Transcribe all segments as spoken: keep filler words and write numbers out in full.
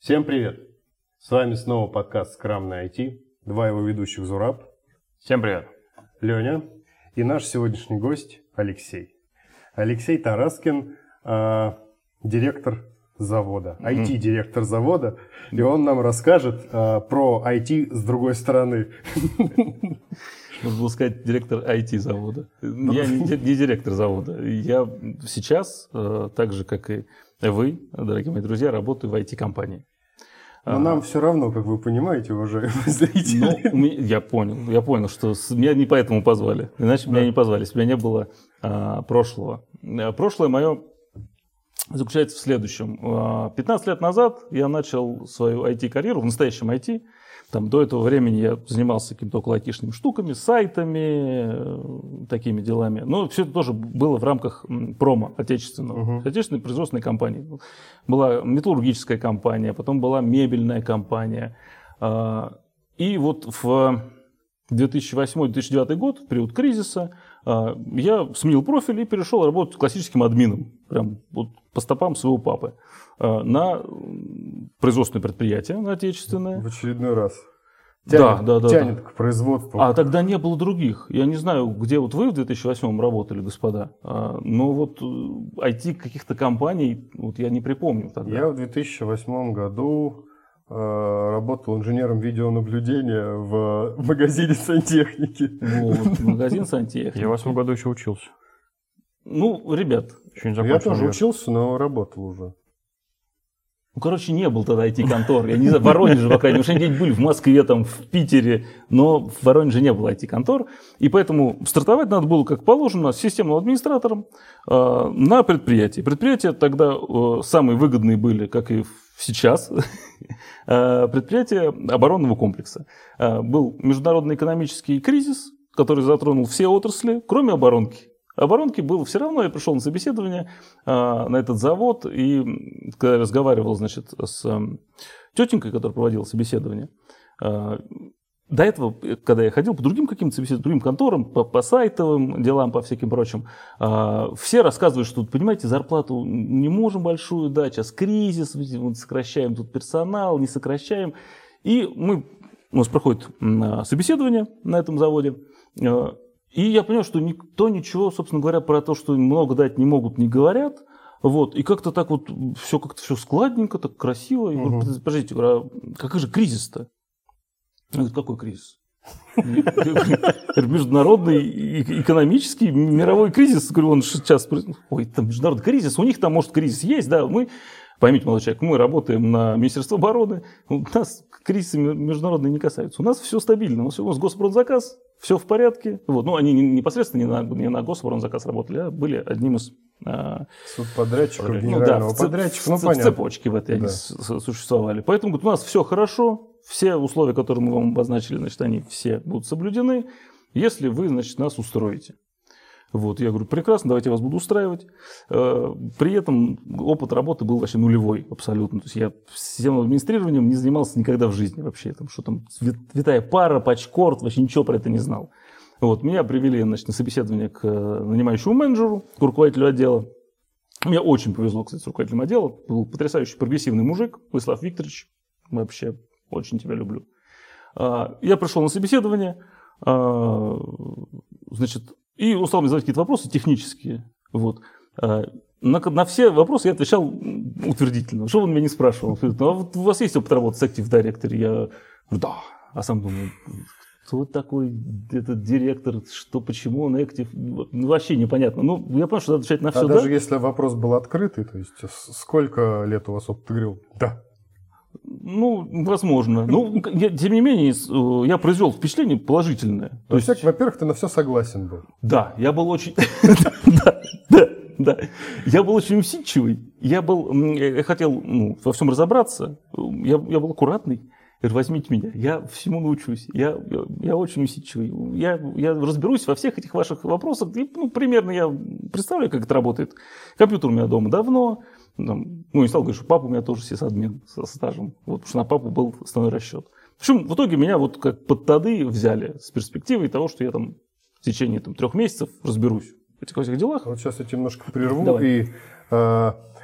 Всем привет! С вами снова подкаст «Скрам на ай ти». Два его ведущих Зураб. Всем привет! Леня. И наш сегодняшний гость Алексей. Алексей Тараскин, э, директор завода, mm-hmm. ай ти-директор завода. И он нам расскажет э, про ай ти с другой стороны. Можно было сказать директор ай ти завода. Я не, не директор завода. Я сейчас, так же, как и вы, дорогие мои друзья, работаю в ай ти-компании. Но а, нам все равно, как вы понимаете, уважаемые зрители. Ну, я понял, я понял, что меня не поэтому позвали. Иначе да. меня не позвали, если бы меня не было а, прошлого. Прошлое мое заключается в следующем. пятнадцать лет назад я начал свою ай ти-карьеру в настоящем ай ти. Там, до этого времени я занимался какими-то около айтишными штуками, сайтами, такими делами. Но все это тоже было в рамках промо отечественного, uh-huh. отечественной производственной компании. Была металлургическая компания, потом была мебельная компания. И вот в две тысячи восьмой - две тысячи девятый год, в период кризиса, я сменил профиль и перешел работать классическим админом, прям вот по стопам своего папы, на производственное предприятие, на отечественное. В очередной раз. Тянет, да, да, да, тянет да. к производству. А тогда не было других. Я не знаю, где вот вы в две тысячи восьмом работали, господа, но вот ай ти каких-то компаний вот я не припомню тогда. Я в две тысячи восьмом году э, работал инженером видеонаблюдения в магазине сантехники. Вот, магазин сантехники. Я в восьмом году еще учился. Ну, ребят. Еще не я тоже универ. учился, но работал уже. Ну, короче, не был тогда ай ти-контор. Я не знаю, в Воронеже, по крайней мере, где-нибудь были в Москве, там, в Питере, но в Воронеже не было ай ти-контор. И поэтому стартовать надо было, как положено, с системным администратором э, на предприятии. Предприятия тогда э, самые выгодные были, как и сейчас, э, предприятия оборонного комплекса. Э, был международный экономический кризис, который затронул все отрасли, кроме оборонки. Оборонки было все равно, я пришел на собеседование а, на этот завод, и когда я разговаривал, значит, с а, тетенькой, которая проводила собеседование, а, до этого, когда я ходил по другим каким-то собеседованиям, другим конторам, по, по сайтовым делам, по всяким прочим, а, все рассказывают, что, понимаете, зарплату не можем большую дать, сейчас кризис, вот, сокращаем тут персонал, не сокращаем. И мы, у нас проходит а, собеседование на этом заводе, а, и я понял, что никто ничего, собственно говоря, про то, что много дать не могут, не говорят. Вот. И как-то так вот все как-то все складненько, так красиво. Я говорю, угу. подождите, а какой же кризис-то? Я говорю, какой кризис? Международный экономический мировой кризис. Говорю, он сейчас... Ой, там международный кризис. У них там, может, кризис есть, да. Мы, поймите, молодой человек, мы работаем на Министерство обороны. У нас кризисы международные не касаются. У нас все стабильно. У нас госпромзаказ. Все в порядке. Вот. Ну, они непосредственно не на, не на госпромзаказ работали, а были одним из... А, субподрядчиков, генерального ну, да, подрядчика. Ну, в, понятно. В цепочке в этой да. они существовали. Поэтому говорит, у нас все хорошо, все условия, которые мы вам обозначили, значит, они все будут соблюдены, если вы, значит, нас устроите. Вот, я говорю, прекрасно, давайте я вас буду устраивать. При этом опыт работы был вообще нулевой абсолютно. То есть я системным администрированием не занимался никогда в жизни вообще. Там, что там, витая пара, патчкорд, вообще ничего про это не знал. Вот, меня привели, значит, на собеседование к нанимающему менеджеру, к руководителю отдела. Мне очень повезло, кстати, с руководителем отдела. Был потрясающий прогрессивный мужик, Владислав Викторович. Вообще очень тебя люблю. Я пришел на собеседование, значит, и он стал мне задавать какие-то вопросы технические. Вот. На, на все вопросы я отвечал утвердительно. Что он меня не спрашивал? Он говорит, а вот у вас есть опыт работы с Active Directory? Я говорю, да. А сам думаю, кто такой этот директор, что, почему он Active? Ну, вообще непонятно. Ну, я понял, что надо отвечать на все. А да? даже если вопрос был открытый, то есть сколько лет у вас опыт? Ты говорил, да. Ну, возможно. Ну, я, тем не менее, я произвел впечатление положительное. То есть, во-первых, ты на все согласен был. Да, я был очень... Да, да, да. Я был очень усидчивый. Я был... Я хотел ну, во всем разобраться. Я, я был аккуратный. Я говорю, возьмите меня, я всему научусь. Я, я, я очень усидчивый. Я, я разберусь во всех этих ваших вопросах. И, ну, примерно я представляю, как это работает. Компьютер у меня дома давно. Там, ну, не стал говорить, что папа у меня тоже сисадмин со стажем. Вот, потому что на папу был основной расчет. В общем, в итоге меня вот как под тады взяли с перспективой того, что я там в течение там, трех месяцев разберусь в этих во всех делах. Вот сейчас я тебя немножко прерву. Давай. И, э,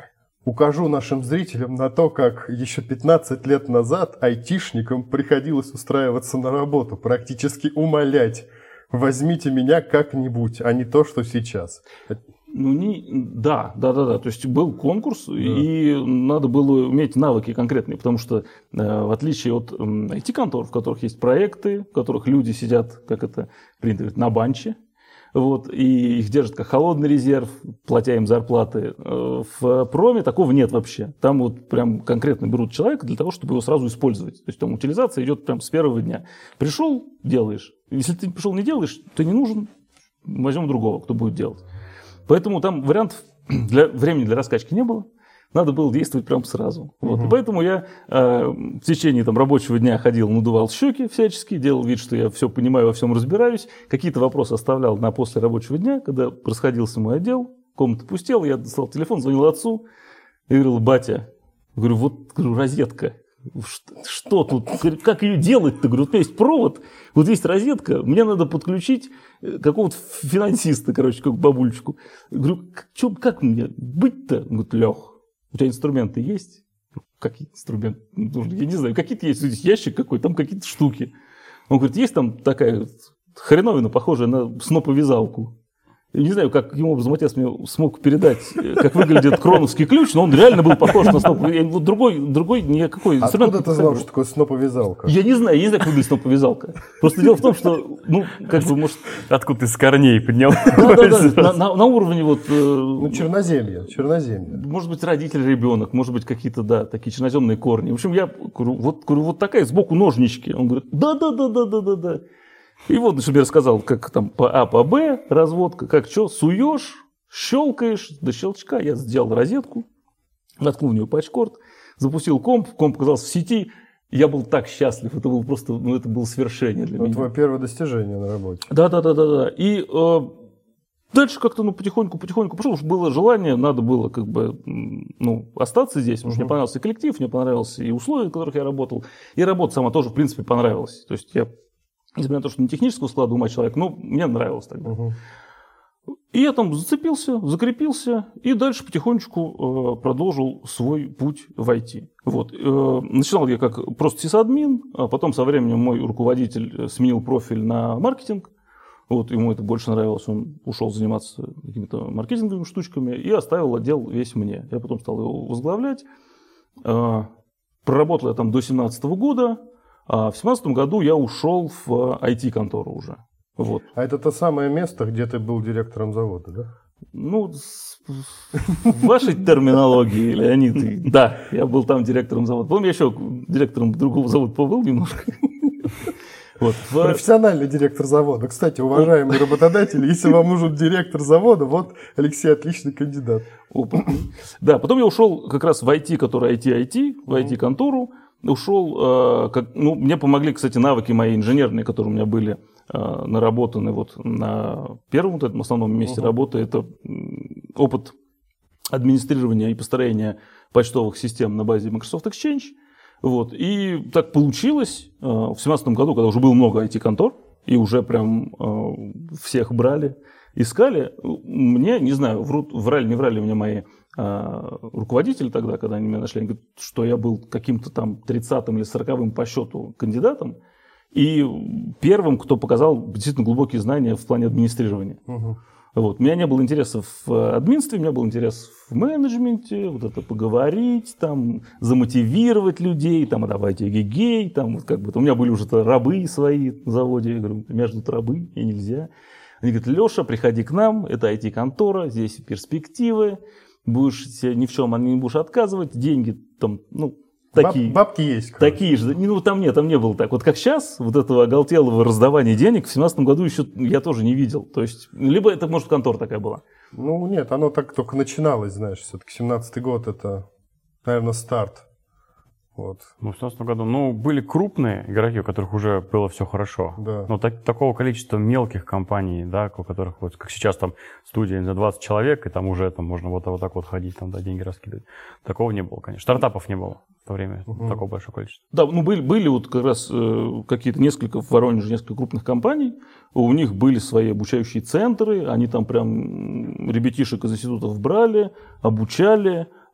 укажу нашим зрителям на то, как еще пятнадцать лет назад айтишникам приходилось устраиваться на работу, практически умолять: возьмите меня как-нибудь, а не то, что сейчас. Ну, не, да, да, да, да. То есть был конкурс, да. И надо было иметь навыки конкретные, потому что э, в отличие от э, ай ти-контор, в которых есть проекты, в которых люди сидят, как это принято говорить, на банче, вот, и их держат как холодный резерв, платя им зарплаты. Э, в проме такого нет вообще. Там вот прям конкретно берут человека для того, чтобы его сразу использовать. То есть там утилизация идет прям с первого дня. Пришел, делаешь. Если ты пришел, не делаешь, ты не нужен, возьмем другого, кто будет делать. Поэтому там вариантов для времени для раскачки не было. Надо было действовать прямо сразу. Вот. Uh-huh. И поэтому я э, в течение там, рабочего дня ходил, надувал щеки всячески, делал вид, что я все понимаю, во всем разбираюсь. Какие-то вопросы оставлял на после рабочего дня, когда расходился мой отдел, комната пустела, я достал телефон, звонил отцу и говорил: батя, говорю, вот говорю, розетка. Что, что тут, как ее делать-то? Говорю, вот у меня есть провод, вот есть розетка, мне надо подключить какого-то финансиста, короче, как бабульчику. Говорю, чё, как мне быть-то? Он говорит: Лех, у тебя инструменты есть? Какие инструменты? Я не знаю, какие-то есть, здесь ящик какой, там какие-то штуки. Он говорит: есть там такая хреновина, похожая на сноповязалку. Не знаю, каким образом отец мне смог передать, как выглядит кроновский ключ, но он реально был похож на сноповязалку. Другой, другой никакой инструмент. Откуда ты знал, что такое сноповязалка? Я не знаю, я не знаю, как выглядит сноповязалка. Просто дело в том, что, ну, как бы, может... Откуда ты с корней поднял? Да-да-да, на, на, на уровне вот... Ну, черноземья, черноземья. Может быть, родитель, ребенок, может быть, какие-то, да, такие черноземные корни. В общем, я говорю, вот, говорю, вот такая сбоку ножнички. Он говорит: да-да-да-да-да-да. И вот, чтобы я рассказал, как там по А, по Б разводка, как что, суешь, щелкаешь, до щелчка я сделал розетку, воткнул в нее патчкорд, запустил комп, комп оказался в сети, я был так счастлив, это было просто, ну, это было свершение для ну, меня. Твое первое достижение на работе. Да-да-да-да-да. И э, дальше как-то, ну, потихоньку-потихоньку пошло, потому что было желание, надо было как бы, ну, остаться здесь, потому что uh-huh. мне понравился и коллектив, мне понравились и условия, в которых я работал, и работа сама тоже, в принципе, понравилась. То есть я... Несмотря на то, что не технического склада ума человек, но мне нравилось тогда. Угу. И я там зацепился, закрепился, и дальше потихонечку э, продолжил свой путь в ай ти. Вот. Э, начинал я как просто сисадмин, а потом со временем мой руководитель сменил профиль на маркетинг. Вот, ему это больше нравилось, он ушел заниматься какими-то маркетинговыми штучками и оставил отдел весь мне. Я потом стал его возглавлять. Э, проработал я там до две тысячи семнадцатого года. А в семнадцатом году я ушел в ай ти-контору уже. Вот. А это то самое место, где ты был директором завода, да? Ну, в вашей терминологии, Леонид, да, я был там директором завода. Помню, я еще директором другого завода побыл немножко. Вот. Профессиональный директор завода. Кстати, уважаемые работодатели, если вам нужен директор завода, вот Алексей отличный кандидат. Опа. Да, потом я ушел как раз в ай ти, который ай ти-ай ти, в ай ти-контору. Ушел, как, ну, мне помогли, кстати, навыки мои инженерные, которые у меня были наработаны вот на первом вот этом основном месте uh-huh. работы. Это опыт администрирования и построения почтовых систем на базе Microsoft Exchange. Вот. И так получилось в две тысячи семнадцатом году, когда уже было много ай ти-контор, и уже прям всех брали, искали. Мне, не знаю, врут, врали, не врали мне мои руководители тогда, когда они меня нашли, они говорят, что я был каким-то там тридцатым или сороковым по счету кандидатом, и первым, кто показал действительно глубокие знания в плане администрирования. Угу. Вот. У меня не было интереса в админстве, у меня был интерес в менеджменте, вот это поговорить, там, замотивировать людей, там, а давайте гигей, там, вот как бы, у меня были уже рабы свои на заводе, я говорю, у меня ждут рабы, и нельзя. Они говорят: Леша, приходи к нам, это ай ти-контора, здесь перспективы, будешь себе ни в чем не будешь отказывать, деньги там, ну, такие. Бабки есть. Короче. Такие же. Ну, там нет, там не было так. Вот как сейчас, вот этого оголтелого раздавания денег в семнадцатом году еще я тоже не видел. То есть, либо это, может, контора такая была. Ну, нет, оно так только начиналось, знаешь, все-таки семнадцатый год это, наверное, старт. Вот. Ну, в семнадцатом году, ну, были крупные игроки, у которых уже было все хорошо. Да. Но так, такого количества мелких компаний, да, у которых, вот, как сейчас там студия за двадцать человек, и там уже там можно вот, вот так вот ходить, там, да, деньги раскидывать. Такого не было, конечно. Стартапов не было в то время, угу. такого большого количества. Да, ну, были, были вот как раз э, какие-то несколько, в Воронеже несколько крупных компаний, у них были свои обучающие центры, они там прям ребятишек из институтов брали, обучали.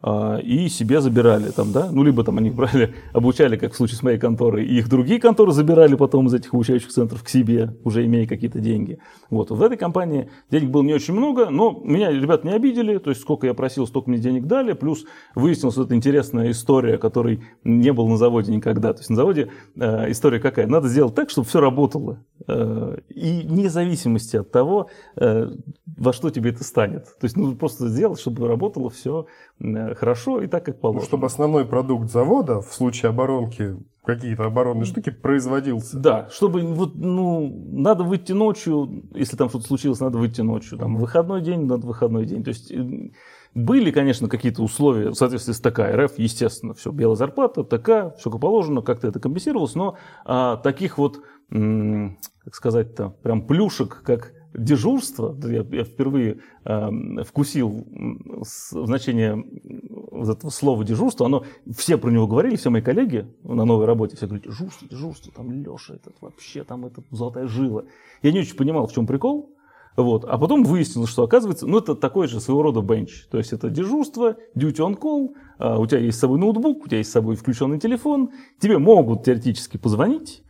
и себе забирали там, да, ну, либо там они брали, обучали, как в случае с моей конторой, и их другие конторы забирали потом из этих обучающих центров к себе, уже имея какие-то деньги. Вот, в этой компании денег было не очень много, но меня ребят не обидели, то есть сколько я просил, столько мне денег дали, плюс выяснилась вот эта интересная история, которой не был на заводе никогда. То есть на заводе э, история какая? Надо сделать так, чтобы все работало, э, и вне зависимости от того, э, во что тебе это станет. То есть нужно просто сделать, чтобы работало все э, хорошо и так, как положено. Ну, чтобы основной продукт завода в случае оборонки, какие-то оборонные штуки, производился. Да, чтобы вот, ну, надо выйти ночью, если там что-то случилось, надо выйти ночью. Там, выходной день, надо выходной день. То есть были, конечно, какие-то условия в соответствии с ТК РФ, естественно, все, белая зарплата, ТК, все как положено, как-то это компенсировалось, но а, таких вот, м- как сказать-то, прям плюшек, как дежурство, я, я впервые э, вкусил значение вот этого слова дежурство, оно, все про него говорили, все мои коллеги на новой работе, все говорят, дежурство, дежурство, там Леша, этот вообще, там это золотая жила. Я не очень понимал, в чем прикол, вот, а потом выяснилось, что оказывается, ну это такой же своего рода бенч, то есть это дежурство, duty on call, э, у тебя есть с собой ноутбук, у тебя есть с собой включенный телефон, тебе могут теоретически позвонить,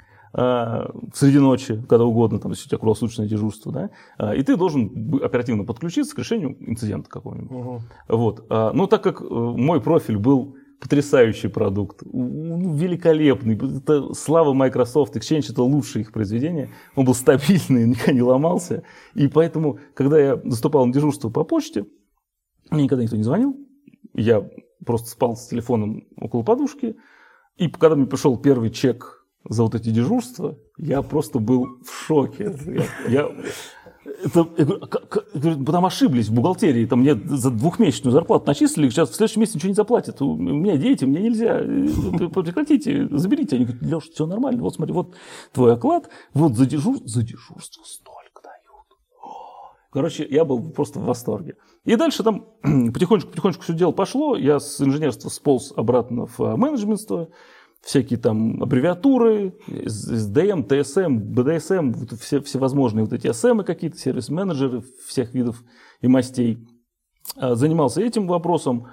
среди ночи, когда угодно, там, если у тебя круглосуточное дежурство, да, и ты должен оперативно подключиться к решению инцидента какого-нибудь. Угу. Вот. Но так как мой профиль был потрясающий продукт, великолепный, это слава Microsoft, Exchange это лучшее их произведение, он был стабильный, никогда не ломался, и поэтому, когда я заступал на дежурство по почте, мне никогда никто не звонил, я просто спал с телефоном около подушки, и когда мне пришел первый чек за вот эти дежурства, я просто был в шоке. Я, я, это, я говорю, как, там ошиблись в бухгалтерии, там мне за двухмесячную зарплату начислили, сейчас в следующем месяце ничего не заплатят. У меня дети, мне нельзя. Прекратите, заберите. Они говорят, Леша, все нормально, вот смотри, вот твой оклад, вот за дежурство, за дежурство столько дают. Короче, я был просто в восторге. И дальше там потихонечку-потихонечку все дело пошло, я с инженерства сполз обратно в менеджментство, всякие там аббревиатуры, эс ди эм, ти эс эм, би ди эс эм, вот все, всевозможные вот эти эс эм какие-то, сервис-менеджеры всех видов и мастей. Занимался этим вопросом.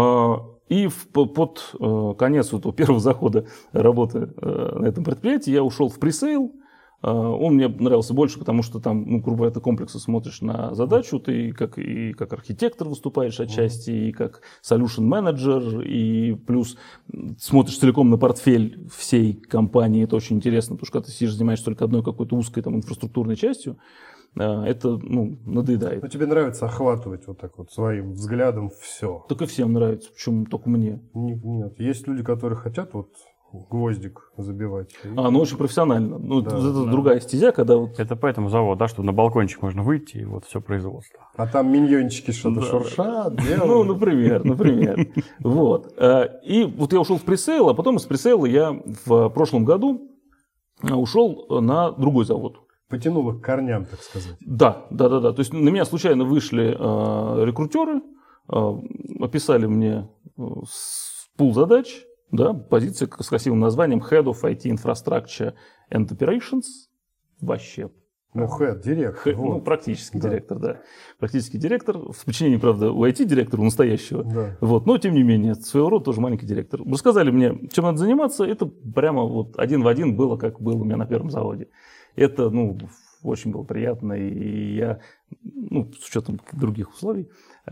И в, под конец вот первого захода работы на этом предприятии я ушел в пресейл. Он мне нравился больше, потому что там, ну, грубо говоря, ты комплексно смотришь на задачу, ты как, и как архитектор выступаешь отчасти, и как solution менеджер, и плюс смотришь целиком на портфель всей компании, это очень интересно, потому что когда ты сидишь, занимаешься только одной какой-то узкой там инфраструктурной частью, это, ну, надоедает. Но тебе нравится охватывать вот так вот своим взглядом все. Только всем нравится, почему только мне? Нет, есть люди, которые хотят вот гвоздик забивать. А, ну очень профессионально. Ну, да, это да. другая стезя, когда вот... Это поэтому завод, да, что на балкончик можно выйти, и вот все производство. А там миньончики что-то да, шуршат, да. делают. Ну, например, например. Вот. И вот я ушел в пресейл, а потом из пресейла я в прошлом году ушел на другой завод. Потянуло к корням, так сказать. Да, да, да, да. То есть на меня случайно вышли рекрутеры, описали мне пул задач. Да, позиция с красивым названием Head of ай ти Infrastructure and Operations. Вообще. Ну, Head, директор. Head, вот. Ну, практически да. директор, да. Практически директор. В подчинении, правда, у ай ти-директора, у настоящего. Да. Вот, но, тем не менее, своего рода тоже маленький директор. Рассказали мне, чем надо заниматься. Это прямо вот один в один было, как было у меня на первом заводе. Это, ну, очень было приятно. И я, ну, с учетом других условий,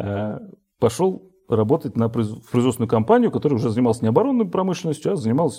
пошел работать на производственную компанию, которая уже занималась не оборонной промышленностью, а занималась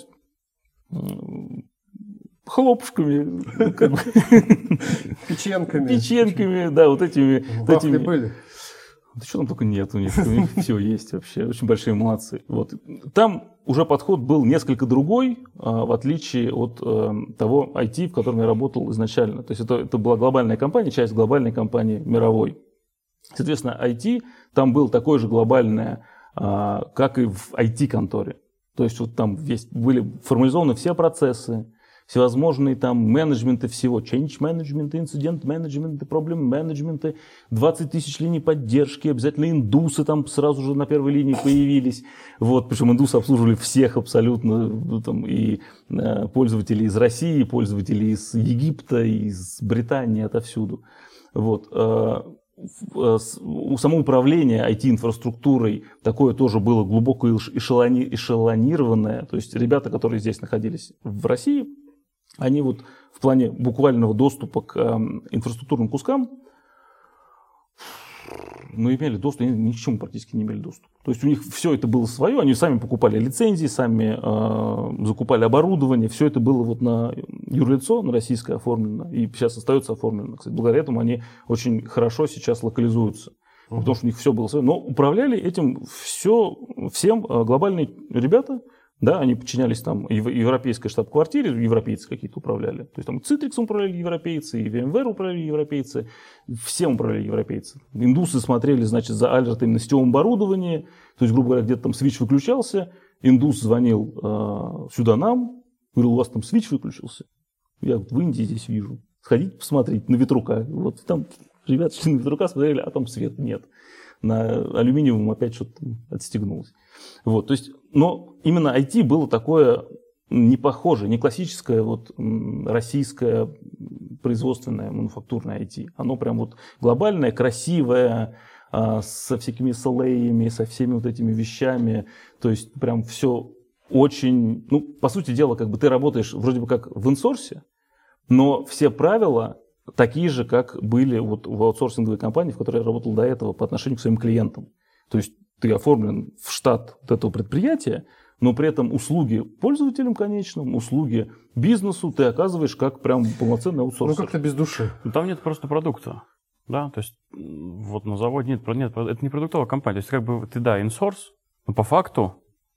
хлопушками. Печенками. Печенками, да, вот этими. Вафли были? Да что там только нет у них, у них все есть вообще, очень большие молодцы. Вот. Там уже подход был несколько другой, в отличие от того ай ти, в котором я работал изначально. То есть это, это была глобальная компания, часть глобальной компании мировой. Соответственно, ай ти там был такое же глобальное, как и в ай ти-конторе. То есть вот там есть, были формализованы все процессы, всевозможные там менеджменты всего, change management, incident management, problem management, двадцать тысяч линий поддержки, обязательно индусы там сразу же на первой линии появились. Вот, причем индусы обслуживали всех абсолютно, там, и э, пользователей из России, пользователей из Египта, из Британии, отовсюду. Вот. Э, у самоуправления ай ти-инфраструктурой такое тоже было глубоко эшелони, эшелонированное. То есть ребята, которые здесь находились в России, они вот в плане буквального доступа к инфраструктурным кускам, ну, имели доступ, они ни к чему практически не имели доступ. То есть у них все это было свое, они сами покупали лицензии, сами э, закупали оборудование, все это было вот на юрлицо, на российское оформлено, и сейчас остается оформлено. Кстати, благодаря этому они очень хорошо сейчас локализуются, uh-huh. потому что у них все было свое. Но управляли этим все, всем глобальные ребята. Да, они подчинялись там европейской штаб-квартире, европейцы какие-то управляли. То есть там Citrix управляли европейцы, и VMware управляли европейцы, всем управляли европейцы. Индусы смотрели, значит, за алертами на сетевом оборудовании. То есть, грубо говоря, где-то там свич выключался, индус звонил э, сюда нам, говорил, у вас там свич выключился. Я вот в Индии здесь вижу. Сходите посмотреть на ветрука. Вот там ребята шли на ветрука, смотрели, а там свет нет. На алюминиевом опять что-то отстегнулось. Вот, то есть, но именно ай ти было такое не похожее, не классическое вот российское производственное мануфактурное ай ти. Оно прям вот глобальное, красивое, со всякими эс эл эй-ями, со всеми вот этими вещами. То есть прям все очень, ну, по сути дела, как бы ты работаешь вроде бы как в инсорсе, но все правила такие же, как были вот в аутсорсинговой компании, в которой я работал до этого по отношению к своим клиентам. То есть ты оформлен в штат вот этого предприятия, но при этом услуги пользователям конечным, услуги бизнесу ты оказываешь как прям полноценный аутсорсер. Ну как-то без души. Ну, там нет просто продукта. Да, то есть вот на заводе нет, нет, это не продуктовая компания. То есть как бы ты, да, инсорс, но по факту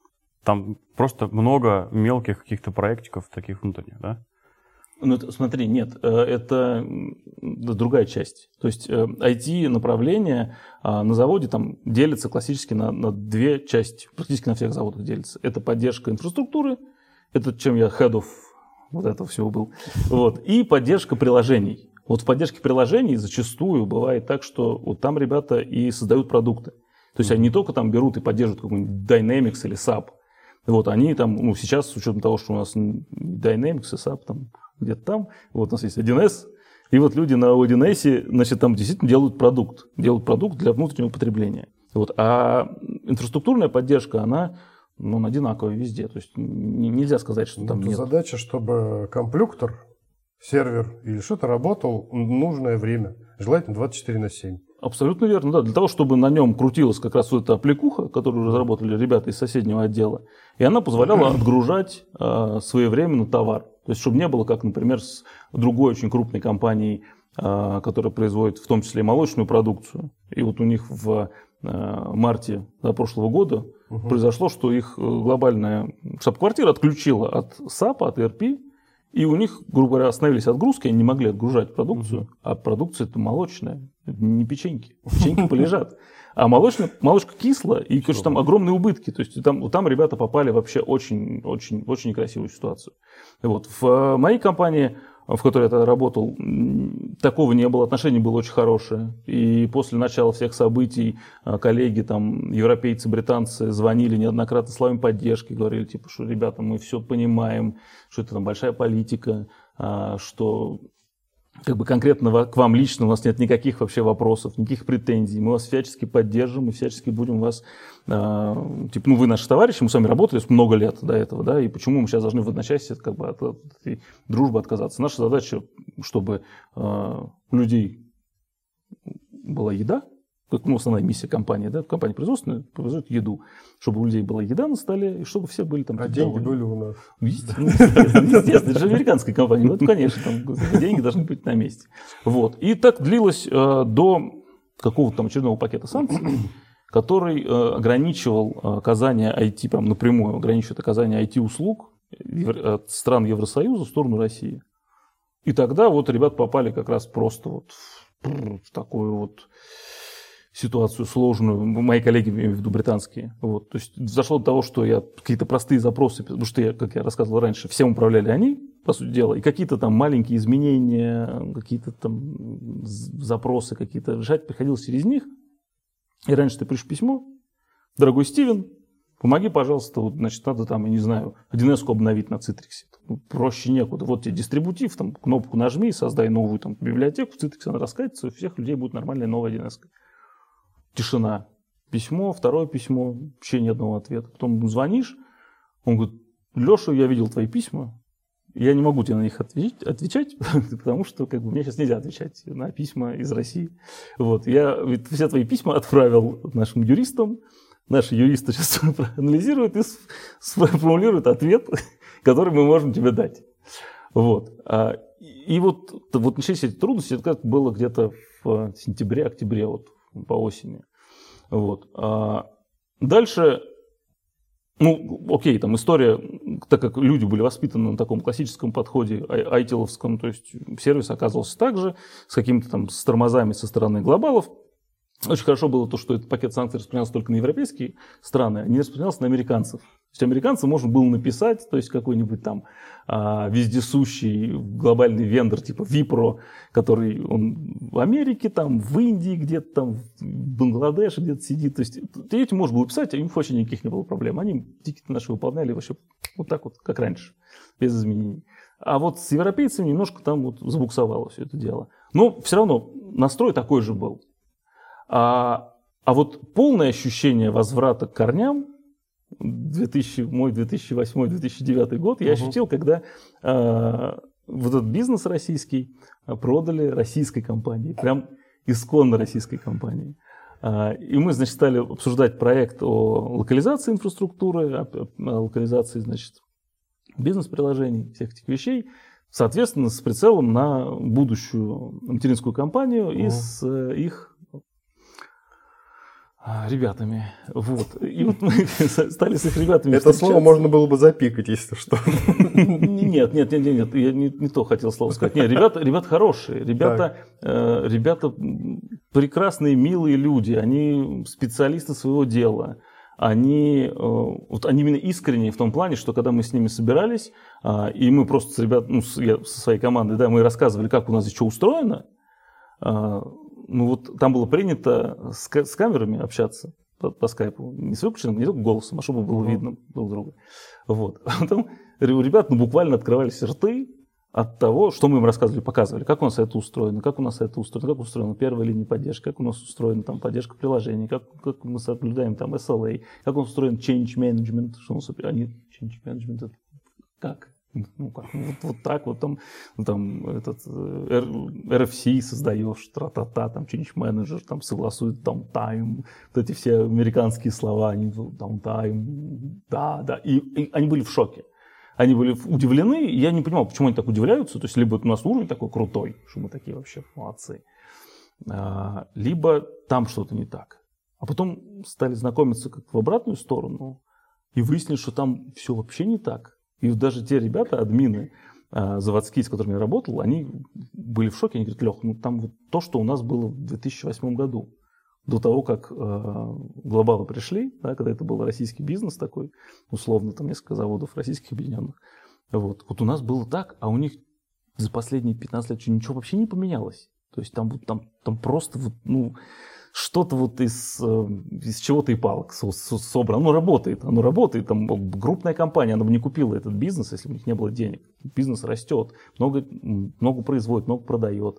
там просто много мелких каких-то проектиков таких внутренних, да? Ну, это, смотри, нет, это другая часть. То есть ай ти-направление на заводе там делится классически на, на две части, практически на всех заводах делится. Это поддержка инфраструктуры, это чем я head of вот этого всего был, вот, и поддержка приложений. Вот в поддержке приложений зачастую бывает так, что вот там ребята и создают продукты. То есть они не только там берут и поддерживают какой-нибудь Dynamics или сап. Вот они там, ну, сейчас, с учетом того, что у нас Dynamics и сап там где-то там, вот у нас есть один эс, и вот люди на один эс, значит, там действительно делают продукт, делают продукт для внутреннего потребления. Вот. А инфраструктурная поддержка, она, ну, одинаковая везде, то есть нельзя сказать, что там нет. Задача, чтобы комплюктор, сервер или что-то работал в нужное время, желательно двадцать четыре на семь. Абсолютно верно, да. Для того, чтобы на нем крутилась как раз вот эта аппликуха, которую разработали ребята из соседнего отдела, и она позволяла отгружать э, своевременно товар. То есть, чтобы не было, как, например, с другой очень крупной компанией, э, которая производит в том числе и молочную продукцию. И вот у них в э, марте да, прошлого года угу. произошло, что их глобальная штаб-квартира отключила от сапа, от и эр пи, и у них, грубо говоря, остановились отгрузки, они не могли отгружать продукцию, угу. а продукция это молочная, это не печеньки, печеньки полежат. А молочная, молочка кисла, и, конечно, там огромные убытки. То есть там, там ребята попали вообще очень, очень, очень некрасивую ситуацию. Вот. В моей компании, в которой я тогда работал, такого не было, отношение было очень хорошее. И после начала всех событий коллеги, там, европейцы, британцы звонили неоднократно словами поддержки, говорили, типа, что, ребята, мы все понимаем, что это там большая политика, что... Как бы конкретно к вам лично у нас нет никаких вообще вопросов, никаких претензий. Мы вас всячески поддержим, мы всячески будем вас... Э, типа, ну, вы наши товарищи, мы с вами работали много лет до этого, да, и почему мы сейчас должны в одночасье как бы, от, от этой дружбы отказаться? Наша задача, чтобы э, у людей была еда, как, ну, основная миссия компании, да, компания производственная производит еду, чтобы у людей была еда на столе, и чтобы все были там... А деньги были у нас. Естественно, естественно, это же американская компания, ну, конечно, там деньги должны быть на месте. Вот. И так длилось э, до какого-то там очередного пакета санкций, который э, ограничивал оказание ай ти, прям напрямую ограничивает оказание ай ти-услуг от стран Евросоюза в сторону России. И тогда вот ребята попали как раз просто вот в такую вот ситуацию сложную, мои коллеги, имею в виду британские. Вот. То есть зашло до того, что я какие-то простые запросы, потому что, я, как я рассказывал раньше, всем управляли они, по сути дела, и какие-то там маленькие изменения, какие-то там запросы какие-то решать приходилось через них. И раньше ты пишешь письмо: дорогой Стивен, Помоги, пожалуйста, вот, значит, надо там, я не знаю, один эс обновить на Citrix. Ну, проще некуда. Вот тебе дистрибутив, там, кнопку нажми, создай новую там, библиотеку, в Citrix она раскатится, у всех людей будет нормальная новая один эс. Тишина. Письмо, второе письмо, вообще ни одного ответа. Потом звонишь, он говорит, Леша, я видел твои письма, я не могу тебе на них отвечать, отвечать потому что как бы, мне сейчас нельзя отвечать на письма из России. Вот, я все твои письма отправил нашим юристам, наши юристы сейчас анализируют и сформулируют ответ, который мы можем тебе дать. Вот. И вот, вот начались эти трудности, это как было где-то в сентябре-октябре, вот, по осени. Вот. Дальше... Ну, окей, там история, так как люди были воспитаны на таком классическом подходе айтиловском, то есть сервис оказывался также с какими-то там с тормозами со стороны глобалов. Очень хорошо было то, что этот пакет санкций распространялся только на европейские страны, а не распространялся на американцев. То есть американцам можно было написать, то есть какой-нибудь там а, вездесущий глобальный вендор типа Wipro, который он в Америке, там, в Индии где-то там, в Бангладеше где-то сидит. То есть ты этим можно было писать, а им вообще никаких не было проблем. Они тикеты наши выполняли вообще вот так вот, как раньше, без изменений. А вот с европейцами немножко там вот забуксовало все это дело. Но все равно настрой такой же был. А, а вот полное ощущение возврата к корням две тысячи, мой две тысячи восьмой - две тысячи девятый год я uh-huh. ощутил, когда э, вот этот бизнес российский продали российской компании, прям исконно российской компании. Э, и мы, значит, стали обсуждать проект о локализации инфраструктуры, о, о локализации, значит, бизнес-приложений, всех этих вещей, соответственно, с прицелом на будущую материнскую компанию uh-huh. и с э, их ребятами. Вот. И вот мы стали с их ребятами Это слово можно было бы запикать, если что. Нет, нет, нет, нет, я не, не то хотел слово сказать. Нет, ребята, ребята хорошие. Ребята, э, ребята прекрасные, милые люди. Они специалисты своего дела. Они, э, вот они именно искренние в том плане, что когда мы с ними собирались, э, и мы просто с ребятами, ну, с, я, со своей командой, да, мы рассказывали, как у нас здесь что устроено, э, ну вот там было принято с, с камерами общаться по, по скайпу, не с выключенным, не только голосом, а чтобы было uh-huh. видно друг друга. Вот. А потом у ребят ну, буквально открывались рты от того, что мы им рассказывали, показывали, как у нас это устроено, как у нас это устроено, как устроена первая линия поддержки, как у нас устроена там поддержка приложений, как, как мы соблюдаем там эс эл эй, как у нас устроен change management, что у нас они change management это как? Ну, как, ну, вот, вот так вот там, ну, там этот эр эф си создаешь, тра-та-та, там change manager, там согласует downtime, вот эти все американские слова, они downtime, да, да, и, и они были в шоке. Они были удивлены, и я не понимал, почему они так удивляются, то есть либо у нас уровень такой крутой, что мы такие вообще молодцы, а, либо там что-то не так. А потом стали знакомиться как в обратную сторону и выяснили, что там все вообще не так. И вот даже те ребята, админы э, заводские, с которыми я работал, они были в шоке. Они говорят, Лех, ну там вот то, что у нас было в две тысячи восьмом году, до того, как э, глобалы пришли, да, когда это был российский бизнес такой, условно, там несколько заводов российских объединенных. Вот, вот у нас было так, а у них за последние пятнадцать лет ничего вообще не поменялось. То есть там, там, там просто вот, ну, что-то вот из, из чего-то и палок собрано. Оно работает, оно работает. Там крупная компания, она бы не купила этот бизнес, если бы у них не было денег. Бизнес растет, много, много производит, много продает.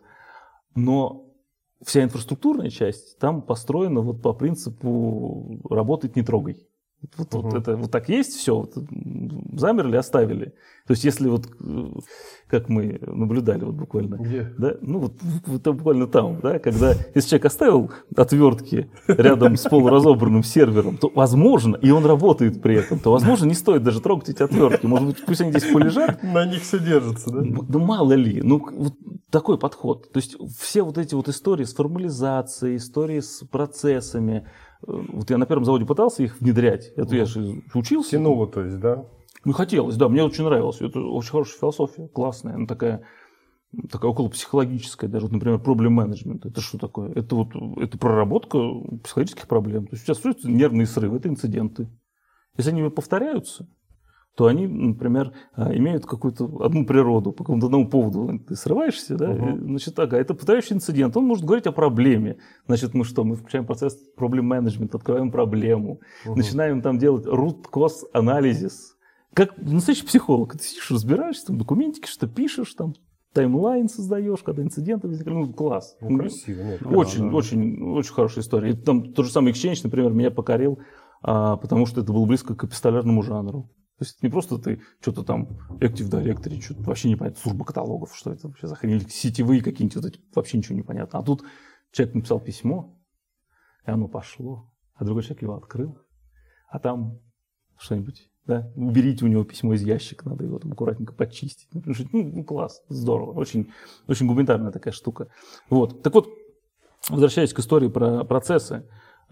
Но вся инфраструктурная часть там построена вот по принципу «работать не трогай». Вот, угу. вот это вот так есть, все, вот, замерли, оставили. То есть, если вот, как мы наблюдали вот буквально, Где? Да, ну вот, вот буквально там, да, когда если человек оставил отвертки рядом с полуразобранным сервером, то возможно, и он работает при этом, то возможно не стоит даже трогать эти отвертки. Может быть, пусть они здесь полежат. На них все держится, да? Да мало ли, ну вот такой подход. То есть все вот эти вот истории с формализацией, истории с процессами. Вот я на первом заводе пытался их внедрять. Это я же учился. Тянуло, то есть, да? Ну, хотелось, да, мне очень нравилось. Это очень хорошая философия, классная. Она такая, такая около психологическая даже. Вот, например, проблем менеджмента. Это что такое? Это вот это проработка психологических проблем. То есть у тебя существуют нервные срывы, это инциденты. Если они повторяются, то они, например, имеют какую-то одну природу, по какому-то одному поводу ты срываешься, да, uh-huh. и, значит, ага, это повторяющий инцидент, он может говорить о проблеме. Значит, мы что, мы включаем процесс проблем менеджмента, открываем проблему, uh-huh. начинаем там делать root cause analysis. Как настоящий психолог, ты сидишь, разбираешься, там документики, что пишешь, там таймлайн создаешь, когда инциденты возникли, ну, класс. Ну, красиво. Нет, очень, да, очень, да. очень хорошая история. И там тот же самый Exchange, например, меня покорил, а, потому что это было близко к эпистолярному жанру. То есть не просто ты что-то там Active Directory, что-то вообще непонятно, служба каталогов, что это вообще за хрень, или сетевые какие-нибудь, вот эти, вообще ничего не понятно. А тут человек написал письмо, и оно пошло, а другой человек его открыл, а там что-нибудь, да, уберите у него письмо из ящика, надо его там аккуратненько почистить. Ну, ну класс, здорово, очень, очень гуманитарная такая штука. Вот. Так вот, возвращаясь к истории про процессы,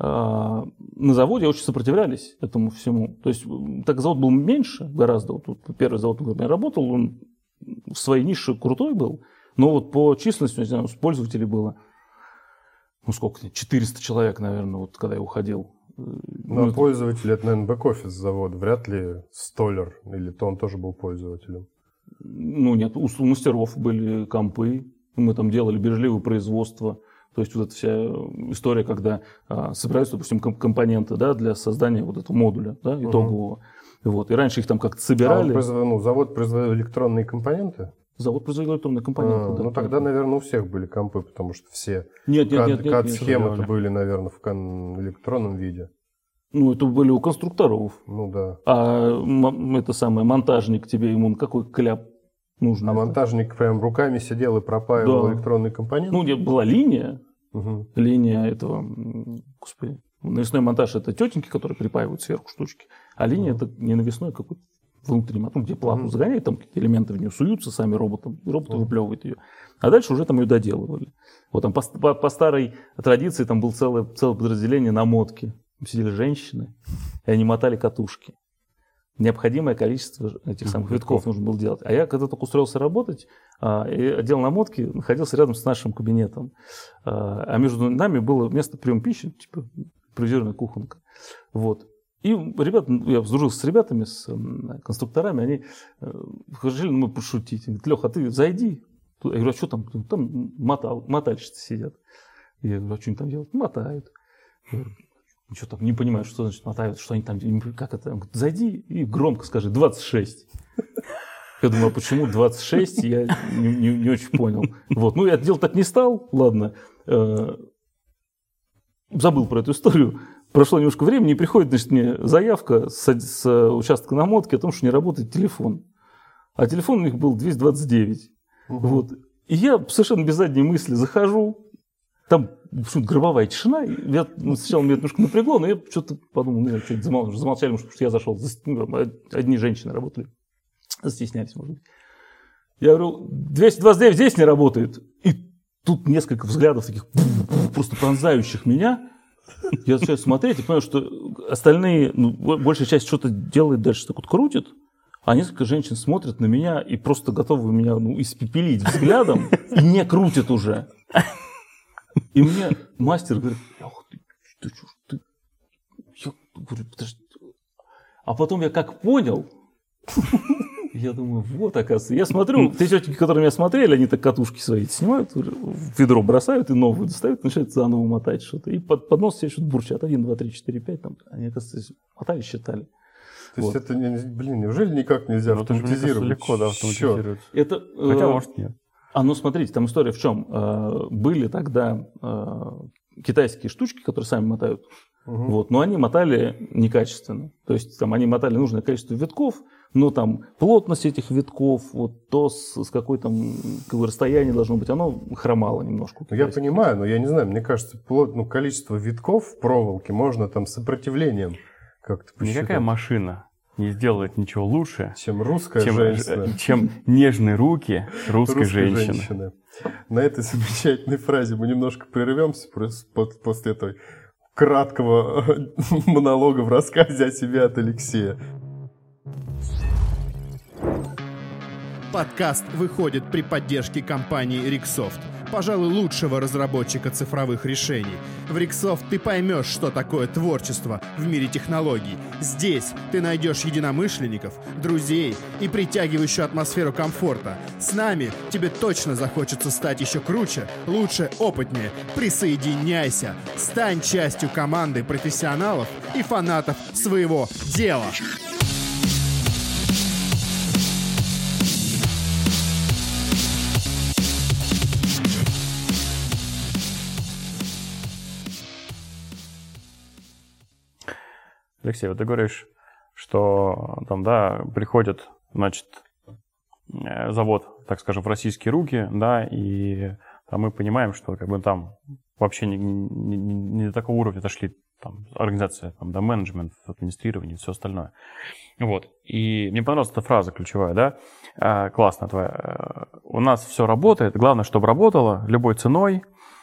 на заводе очень сопротивлялись этому всему. То есть, так завод был меньше гораздо. Вот, вот, первый завод, на котором я работал, он в своей нише крутой был, но вот по численности, не знаю, пользователей было, ну сколько, четыреста человек, наверное, вот когда я уходил. Ну, ну пользователь, это, наверное, бэк-офис завода, вряд ли столер, или то он тоже был пользователем. Ну нет, у мастеров были компы, мы там делали бережливое производство. То есть вот эта вся история, когда а, собираются, допустим, компоненты, да, для создания вот этого модуля, да, итогового. Uh-huh. Вот. И раньше их там как-то собирали. А он производил, ну, завод производил электронные компоненты? Завод производил электронные компоненты, а, да. Ну тогда, наверное, у всех были компы, потому что все нет, нет, нет, кад-схемы были, наверное, в электронном виде. Ну, это были у конструкторов. Ну да. А м- это самое, монтажник тебе, ему какой кляп нужен? А это? Монтажник прям руками сидел и пропаивал да. электронный компонент? Ну, была линия. Угу. Линия этого, господи, навесной монтаж это тетеньки, которые припаивают сверху штучки, а линия угу. это не навесной, какой-то внутренний, ну, где плату угу. загоняют, там какие-то элементы в нее суются сами роботом, и робот угу. выплевывает ее. А дальше уже там ее доделывали. Вот там по, по, по старой традиции там было целое, целое подразделение намотки. Там сидели женщины, и они мотали катушки. Необходимое количество этих самых витков нужно было делать. А я когда только устроился работать, и отдел намотки находился рядом с нашим кабинетом. А между нами было место приема пищи, типа импровизированная кухонка. Вот. И ребята, я сдружился с ребятами, с конструкторами, они решили мы пошутить. Говорят, Леха, а ты зайди. Я говорю, а что там? Там мотал, мотальщицы сидят. Я говорю, а что они там делают? Мотают. Я говорю, что там, не понимаю, что значит мотают, что они там, как это. Он говорит, зайди и громко скажи, двадцать шесть. Я думаю, а почему двадцать шесть? Я не, не, не очень понял. Вот. Ну, я это делать так не стал, ладно. Забыл про эту историю. Прошло немножко времени, и приходит, значит, мне заявка с, с участка намотки о том, что не работает телефон. А телефон у них был двести двадцать девять. Угу. Вот. И я совершенно без задней мысли захожу. Там гробовая тишина. Я, ну, сначала меня немножко напрягло, но я что-то подумал, ну, что-то замол... замолчали, потому что я зашел. Одни женщины работали. Застеснялись, может быть. Я говорю, двести двадцать девять здесь не работает. И тут несколько взглядов таких просто пронзающих меня. Я начинаю смотреть и понимаю, что остальные, ну, большая часть что-то делает дальше, так вот крутит. А несколько женщин смотрят на меня и просто готовы меня, ну, испепелить взглядом и не крутят уже. И мне мастер говорит, ах ты, ты что, ты... Я говорю, подожди. А потом я как понял, я думаю, вот, оказывается. Я смотрю, те тетки, которые меня смотрели, они так катушки свои снимают, в ведро бросают и новую достают, начинают заново мотать что-то. И под, под нос себе что-то бурчат. один, два, три, четыре, пять. Там. Они, оказывается, мотали, считали. То есть вот. Это, блин, неужели никак нельзя ну, автоматизировать? Легко, да, автоматизировать. Это, Хотя, э, может, нет. А ну, смотрите, там история в чем. Э, были тогда э, китайские штучки, которые сами мотают. Угу. Вот, но они мотали некачественно. То есть там они мотали нужное количество витков, но там плотность этих витков, вот то, с, с какой там какое расстояние должно быть, оно хромало немножко. Ну, я понимаю, но я не знаю, мне кажется, плот, ну, количество витков в проволоке можно там с сопротивлением как-то посчитать. Никакая машина не сделает ничего лучше, чем русская чем, женщина. Чем нежные руки русской, русской женщины. женщины. На этой замечательной фразе мы немножко прервемся после этой краткого монолога в рассказе о себе от Алексея. Подкаст выходит при поддержке компании Риксофт. пожалуй, лучшего разработчика цифровых решений. В Риксофт ты поймешь, что такое творчество в мире технологий. Здесь ты найдешь единомышленников, друзей и притягивающую атмосферу комфорта. С нами тебе точно захочется стать еще круче, лучше, опытнее. Присоединяйся, стань частью команды профессионалов и фанатов своего дела. Алексей, вот ты говоришь, что там, да, приходит, значит, завод, так скажем, в российские руки, да, и там мы понимаем, что как бы там вообще не, не, не до такого уровня дошли там организация, там, да, менеджмент, администрирование и все остальное. Вот. И мне понравилась эта фраза ключевая, да, а, классная твоя. У нас все работает, главное, чтобы работало любой ценой,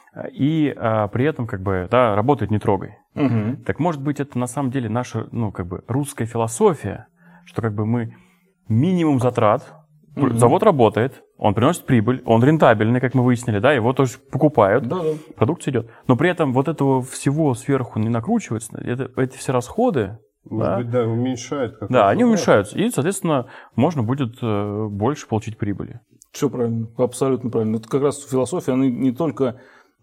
и а, при этом, как бы, да, работает не трогай. Угу. Так может быть, это на самом деле наша, ну, как бы, русская философия, что как бы мы минимум затрат, угу. Завод работает, он приносит прибыль, он рентабельный, как мы выяснили, да, его тоже покупают, да, да. Продукция идет. Но при этом вот этого всего сверху не накручивается, это, эти все расходы, может да, быть, да, уменьшают. Да, они уменьшаются, и, соответственно, можно будет э, больше получить прибыли. Все правильно, абсолютно правильно. Это как раз философия, она не только...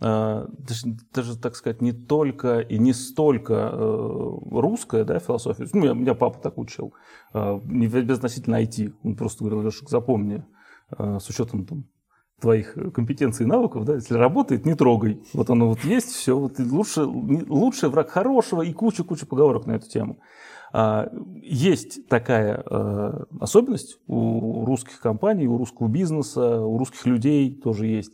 Даже, даже, так сказать, не только и не столько э, русская, да, философия. Ну, меня, меня папа так учил. Э, не безотносительно ай ти. Он просто говорил: Лешек, запомни, э, с учетом там, твоих компетенций и навыков, да, если работает, не трогай. Вот оно вот есть, все. Вот, лучше, лучший враг хорошего, и куча-куча поговорок на эту тему. Э, есть такая э, особенность у русских компаний, у русского бизнеса, у русских людей тоже есть.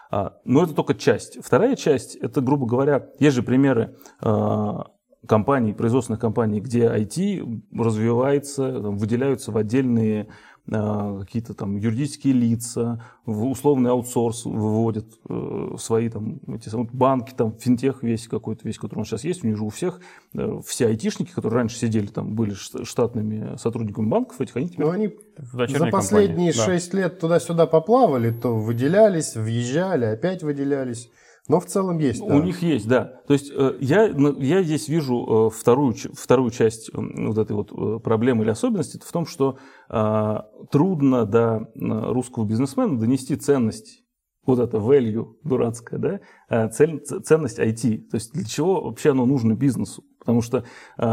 Но это только часть. Вторая часть, это, грубо говоря, есть же примеры э, компаний, производственных компаний, где ай ти развивается, там, выделяются в отдельные э, какие-то там юридические лица, в условный аутсорс выводят э, свои там эти самые банки, там финтех весь какой-то, весь, который у нас сейчас есть, у них же у всех э, все айтишники, которые раньше сидели там, были штатными сотрудниками банков этих, они теперь... Ну, они за последние шесть да. лет туда-сюда поплавали, то выделялись, въезжали, опять выделялись. Но в целом есть. У да. них есть, да. То есть я, я здесь вижу вторую, вторую часть вот этой вот проблемы или особенности. Это в том, что э, трудно до русского бизнесмена донести ценность, вот это value дурацкая, да, цель, ценность ай ти. То есть для чего вообще оно нужно бизнесу? Потому что,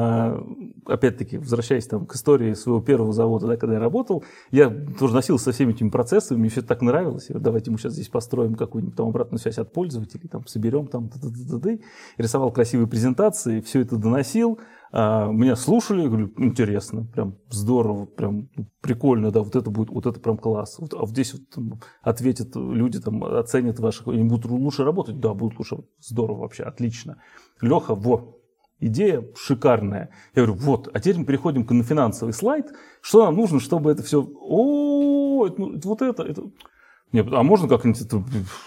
опять-таки, возвращаясь там к истории своего первого завода, да, когда я работал, я тоже носился со всеми этими процессами, мне все это так нравилось. Я, давайте мы сейчас здесь построим какую-нибудь там обратную связь от пользователей, там соберем, там, т-т-т-т-т. Рисовал красивые презентации, все это доносил. Меня слушали, говорю, интересно, прям здорово, прям прикольно, да, вот это будет, вот это прям класс. Вот, а вот здесь вот там, ответят люди, там, оценят ваших, они будут лучше работать? Да, будут лучше. Здорово вообще, отлично. Леха, во. Идея шикарная. Я говорю, вот, а теперь мы переходим на финансовый слайд. Что нам нужно, чтобы это все... О, это, ну, это, вот это... это... Нет, а можно как-нибудь это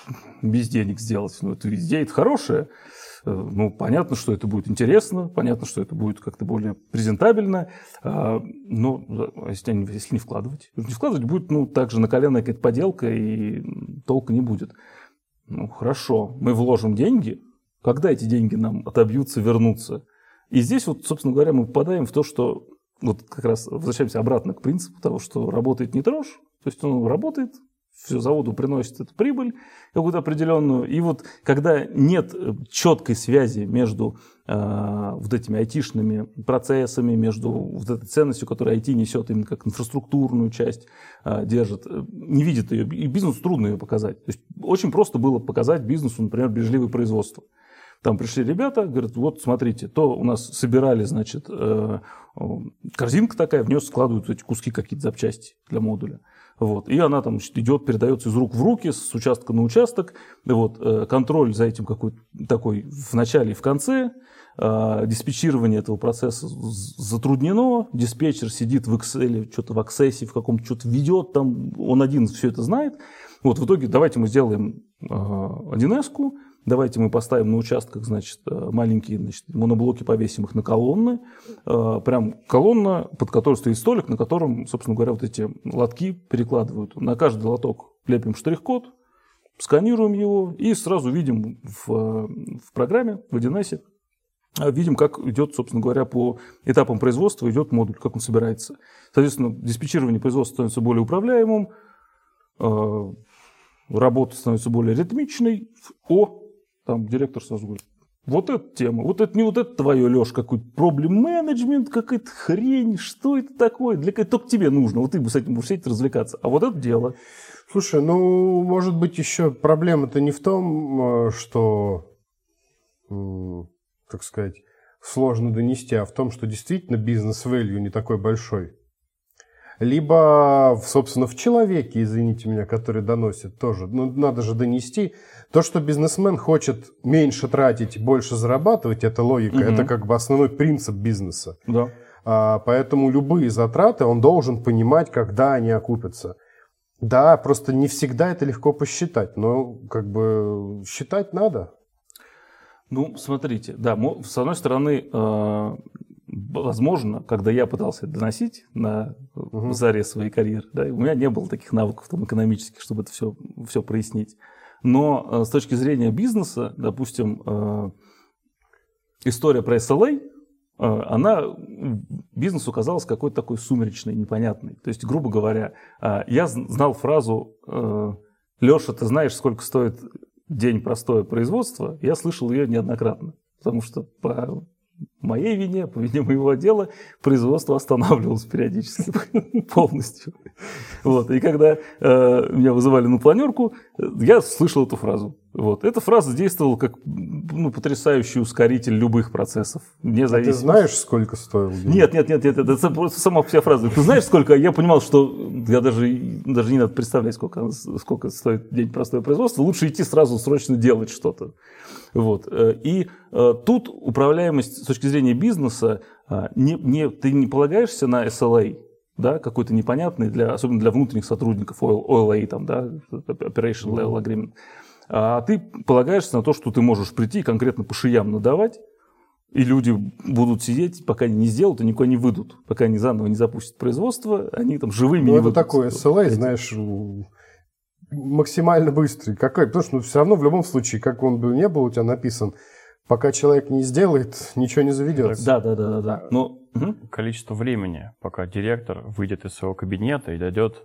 без денег сделать? Ну, это идея хорошая. Ну, понятно, что это будет интересно, понятно, что это будет как-то более презентабельно. Но если не, если не вкладывать, не вкладывать будет, ну, также на коленная какая-то поделка, и толка не будет. Ну, хорошо, мы вложим деньги. Когда эти деньги нам отобьются, вернутся? И здесь, вот, собственно говоря, мы попадаем в то, что вот как раз возвращаемся обратно к принципу того, что работает не трожь, то есть он работает, все заводу приносит эту прибыль какую-то определенную. И вот когда нет четкой связи между э, вот этими айтишными процессами, между вот этой ценностью, которую ай ти несет именно как инфраструктурную часть, э, держит, не видит ее, и бизнесу трудно ее показать. То есть очень просто было показать бизнесу, например, бережливое производство. Там пришли ребята, говорят, вот смотрите, то у нас собирали, значит, корзинка такая, в нее складывают эти куски какие-то запчасти для модуля. Вот. И она там идет, передается из рук в руки, с участка на участок. Вот. Контроль за этим какой-то такой в начале и в конце. Диспетчирование этого процесса затруднено. Диспетчер сидит в Excel, что-то в Access, в каком-то что-то ведет, там он один все это знает. Вот в итоге давайте мы сделаем один эс-ку. Давайте мы поставим на участках, значит, маленькие, значит, моноблоки, повесим их на колонны. Прям колонна, под которой стоит столик, на котором, собственно говоря, вот эти лотки перекладывают. На каждый лоток лепим штрих-код, сканируем его и сразу видим в, в программе, в один эс, видим, как идет, собственно говоря, по этапам производства идет модуль, как он собирается. Соответственно, диспетчирование производства становится более управляемым, работа становится более ритмичной. О, там директор сразу говорит, вот эта тема, вот это не вот это твое, Леш, какой-то проблем-менеджмент, какая-то хрень, что это такое, для только тебе нужно, вот ты бы с этим будешь сидеть развлекаться, а вот это дело. Слушай, ну, может быть, еще проблема-то не в том, что, так сказать, сложно донести, а в том, что действительно бизнес-вэлью не такой большой. Либо, собственно, в человеке, извините меня, который доносит тоже. Ну, надо же донести. То, что бизнесмен хочет меньше тратить, больше зарабатывать, это логика. Угу. Это как бы основной принцип бизнеса. Да. А, поэтому любые затраты он должен понимать, когда они окупятся. Да, просто не всегда это легко посчитать, но как бы считать надо. Ну, смотрите, да, с одной стороны, э, возможно, когда я пытался это доносить на угу. заре своей карьеры, да, у меня не было таких навыков там, экономических, чтобы это все, все прояснить. Но э, с точки зрения бизнеса, допустим, э, история про эс эл эй, она бизнесу казалась какой-то такой сумеречной, непонятной. То есть, грубо говоря, я знал фразу «Леша, ты знаешь, сколько стоит день простое производства?» Я слышал ее неоднократно, потому что по моей вине, по вине моего отдела, производство останавливалось периодически полностью. Вот. И когда э, меня вызывали на планерку, я слышал эту фразу. Вот. Эта фраза действовала как ну, потрясающий ускоритель любых процессов. Вне а ты знаешь, сколько стоил? Нет, нет, нет, нет, это просто сама вся фраза. Ты знаешь, сколько? Я понимал, что я даже, даже не надо представлять, сколько, сколько стоит день простое производство. Лучше идти сразу срочно делать что-то. Вот. И э, тут управляемость с точки зрения бизнеса, э, не, не, ты не полагаешься на эс эл эй, да, какой-то непонятный, для, особенно для внутренних сотрудников, о эл эй, там, да, Operation Level Agreement. А ты полагаешься на то, что ты можешь прийти и конкретно по шиям надавать, и люди будут сидеть, пока они не сделают, и никуда не выйдут. Пока они заново не запустят производство, они там живыми ну, не выйдут. Ну, это такое эс эл эй, знаешь, максимально быстрый. Какой? Потому что ну, все равно в любом случае, как он бы ни был у тебя написан, пока человек не сделает, ничего не заведется. Да, да, да, да. да. Но... Количество времени, пока директор выйдет из своего кабинета и дойдет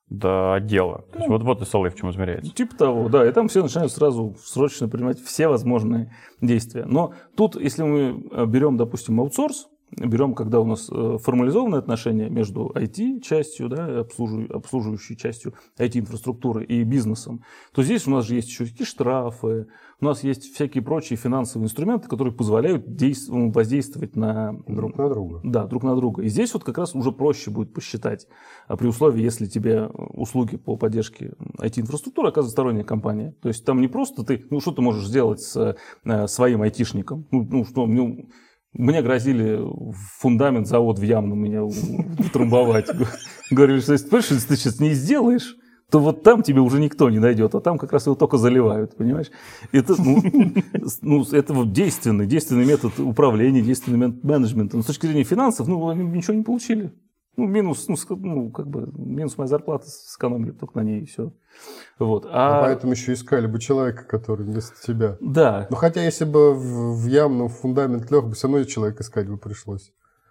до отдела. То есть ну, вот, вот эс эл эй в чем измеряется. Типа того, да. И там все начинают сразу срочно принимать все возможные действия. Но тут, если мы берем, допустим, аутсорс, берем, когда у нас формализованные отношения между ай ти-частью, да, обслуживающей частью ай ти-инфраструктуры и бизнесом, то здесь у нас же есть еще какие штрафы, у нас есть всякие прочие финансовые инструменты, которые позволяют действ- воздействовать на... Друг на друга. Да, друг на друга. И здесь вот как раз уже проще будет посчитать, при условии, если тебе услуги по поддержке ай ти-инфрастуры оказывает сторонняя компания. То есть там не просто ты... Ну, что ты можешь сделать с э, своим айтишником? Ну, ну что... Ну, мне грозили фундамент завод в Ямном меня утрамбовать. Говорили, что если ты сейчас не сделаешь, то вот там тебе уже никто не найдет, а там как раз его только заливают, понимаешь? Это, ну, ну, это вот действенный, действенный метод управления, действенный метод менеджмента. Но с точки зрения финансов, ну, они ничего не получили. Ну, минус, ну, ну, как бы, минус моя зарплата сэкономили только на ней, и все. Вот. А... А поэтому еще искали бы человека, который вместо тебя. Да. Ну, хотя, если бы в, в Ямном фундамент лег, бы все равно человека искать бы пришлось.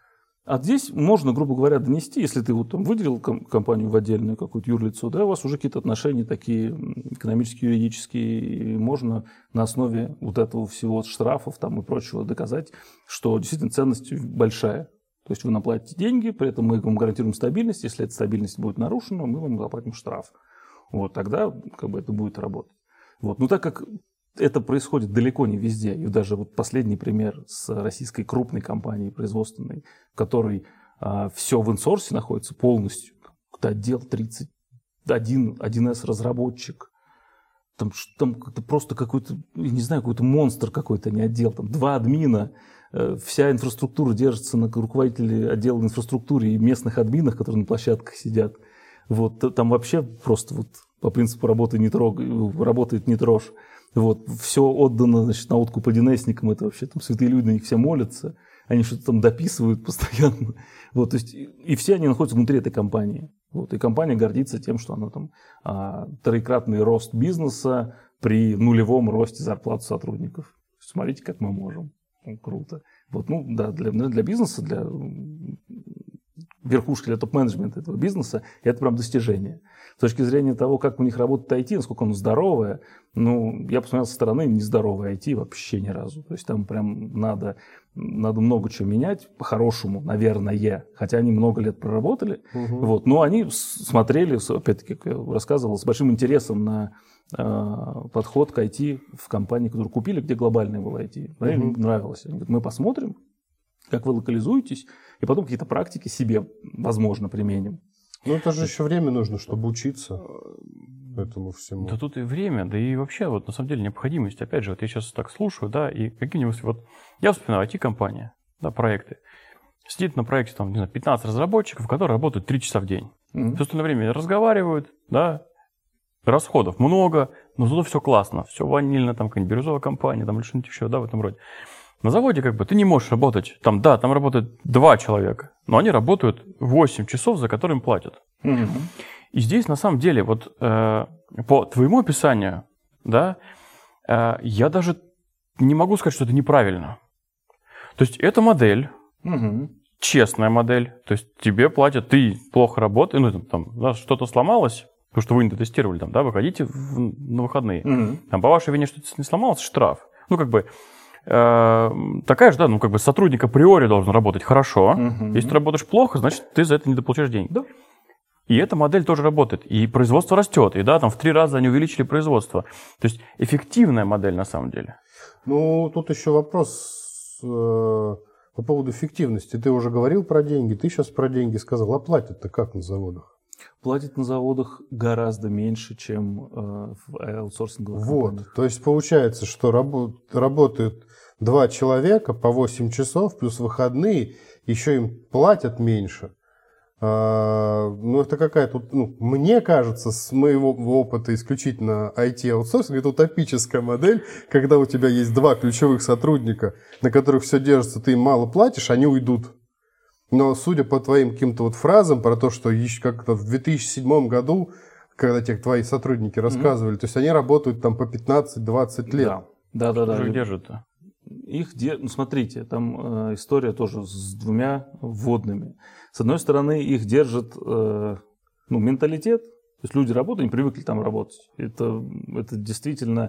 А здесь можно, грубо говоря, донести, если ты вот там выделил компанию в отдельную какую-то юрлицо, да, у вас уже какие-то отношения такие экономические, юридические, и можно на основе вот этого всего штрафов там и прочего доказать, что действительно ценность большая. То есть вы нам платите деньги, при этом мы вам гарантируем стабильность. Если эта стабильность будет нарушена, мы вам заплатим штраф. Вот тогда как бы это будет работать. Вот. Но так как это происходит далеко не везде, и даже вот последний пример с российской крупной компанией производственной, в которой а, все в инсорсе находится полностью, отдел тридцать один, один эс разработчик, там, там просто какой-то, не знаю, какой-то монстр какой-то, не отдел, там два админа, вся инфраструктура держится на руководителе отдела инфраструктуры и местных админах, которые на площадках сидят. Вот, там вообще просто вот по принципу работы не трогай, работает не трожь. Вот, все отдано, значит, на откуп один эсникам, это вообще там святые люди, на них все молятся, они что-то там дописывают постоянно. Вот, то есть, и все они находятся внутри этой компании. Вот, и компания гордится тем, что она там а, троекратный рост бизнеса при нулевом росте зарплат сотрудников. Смотрите, как мы можем. Ну, круто. Вот, ну, да, для, для бизнеса, для верхушки, для топ-менеджмента этого бизнеса это прям достижение. С точки зрения того, как у них работает ай ти, насколько оно здоровое, ну, я посмотрел со стороны, нездоровое ай ти вообще ни разу. То есть там прям надо, надо много чего менять, по-хорошему, наверное, хотя они много лет проработали. Угу. Вот, но они смотрели, опять-таки, как я рассказывал, с большим интересом на э, подход к ай ти в компании, которую купили, где глобальное было ай ти. Угу. Им нравилось. Они говорят, мы посмотрим, как вы локализуетесь, и потом какие-то практики себе, возможно, применим. Ну, это же еще время нужно, чтобы учиться этому всему. Да тут и время, да и вообще, вот на самом деле необходимость. Опять же, вот я сейчас так слушаю, да, и какие-нибудь, вот, я вспоминаю ай ти-компания, да, проекты. Сидит на проекте, там, не знаю, пятнадцать разработчиков, которые работают три часа в день. Mm-hmm. Все остальное время разговаривают, да, расходов много, но зато все классно, все ванильно, там, какая-нибудь бирюзовая компания, там, или что-нибудь еще, да, в этом роде. На заводе как бы ты не можешь работать, там, да, там работает два человека, но они работают восемь часов, за которые им платят. Mm-hmm. И здесь на самом деле вот э, по твоему описанию, да, э, я даже не могу сказать, что это неправильно. То есть это модель, mm-hmm. честная модель, то есть тебе платят, ты плохо работаешь, ну там, да, что-то сломалось, потому что вы не тестировали, там, да, выходите в, на выходные, mm-hmm. там по вашей вине что-то не сломалось, штраф. Ну как бы такая же, да, ну как бы сотрудник априори должен работать хорошо. Uh-huh. Если ты работаешь плохо, значит ты за это недополучаешь деньги. Да. И эта модель тоже работает. И производство растет. И да, там в три раза они увеличили производство. То есть эффективная модель на самом деле. Ну, тут еще вопрос э, по поводу эффективности. Ты уже говорил про деньги, ты сейчас про деньги сказал. А платят-то как на заводах? Платят на заводах гораздо меньше, чем э, в аутсорсинговых вот. компаниях. То есть получается, что рабо- работают два человека по восемь часов, плюс выходные, еще им платят меньше. А, ну, это какая-то, ну, мне кажется, с моего опыта исключительно ай ти-аутсорсинг, это утопическая модель, когда у тебя есть два ключевых сотрудника, на которых все держится, ты им мало платишь, они уйдут. Но судя по твоим каким-то вот фразам про то, что еще как-то в две тысячи седьмом году, когда тебе твои сотрудники рассказывали, mm-hmm. то есть они работают там по пятнадцать-двадцать лет. Да, да, да. Что да. их держат-то? Их де... Ну, смотрите, там э, история тоже с двумя вводными. С одной стороны, их держит э, ну, менталитет. То есть люди работают, они привыкли там работать. Это, это действительно...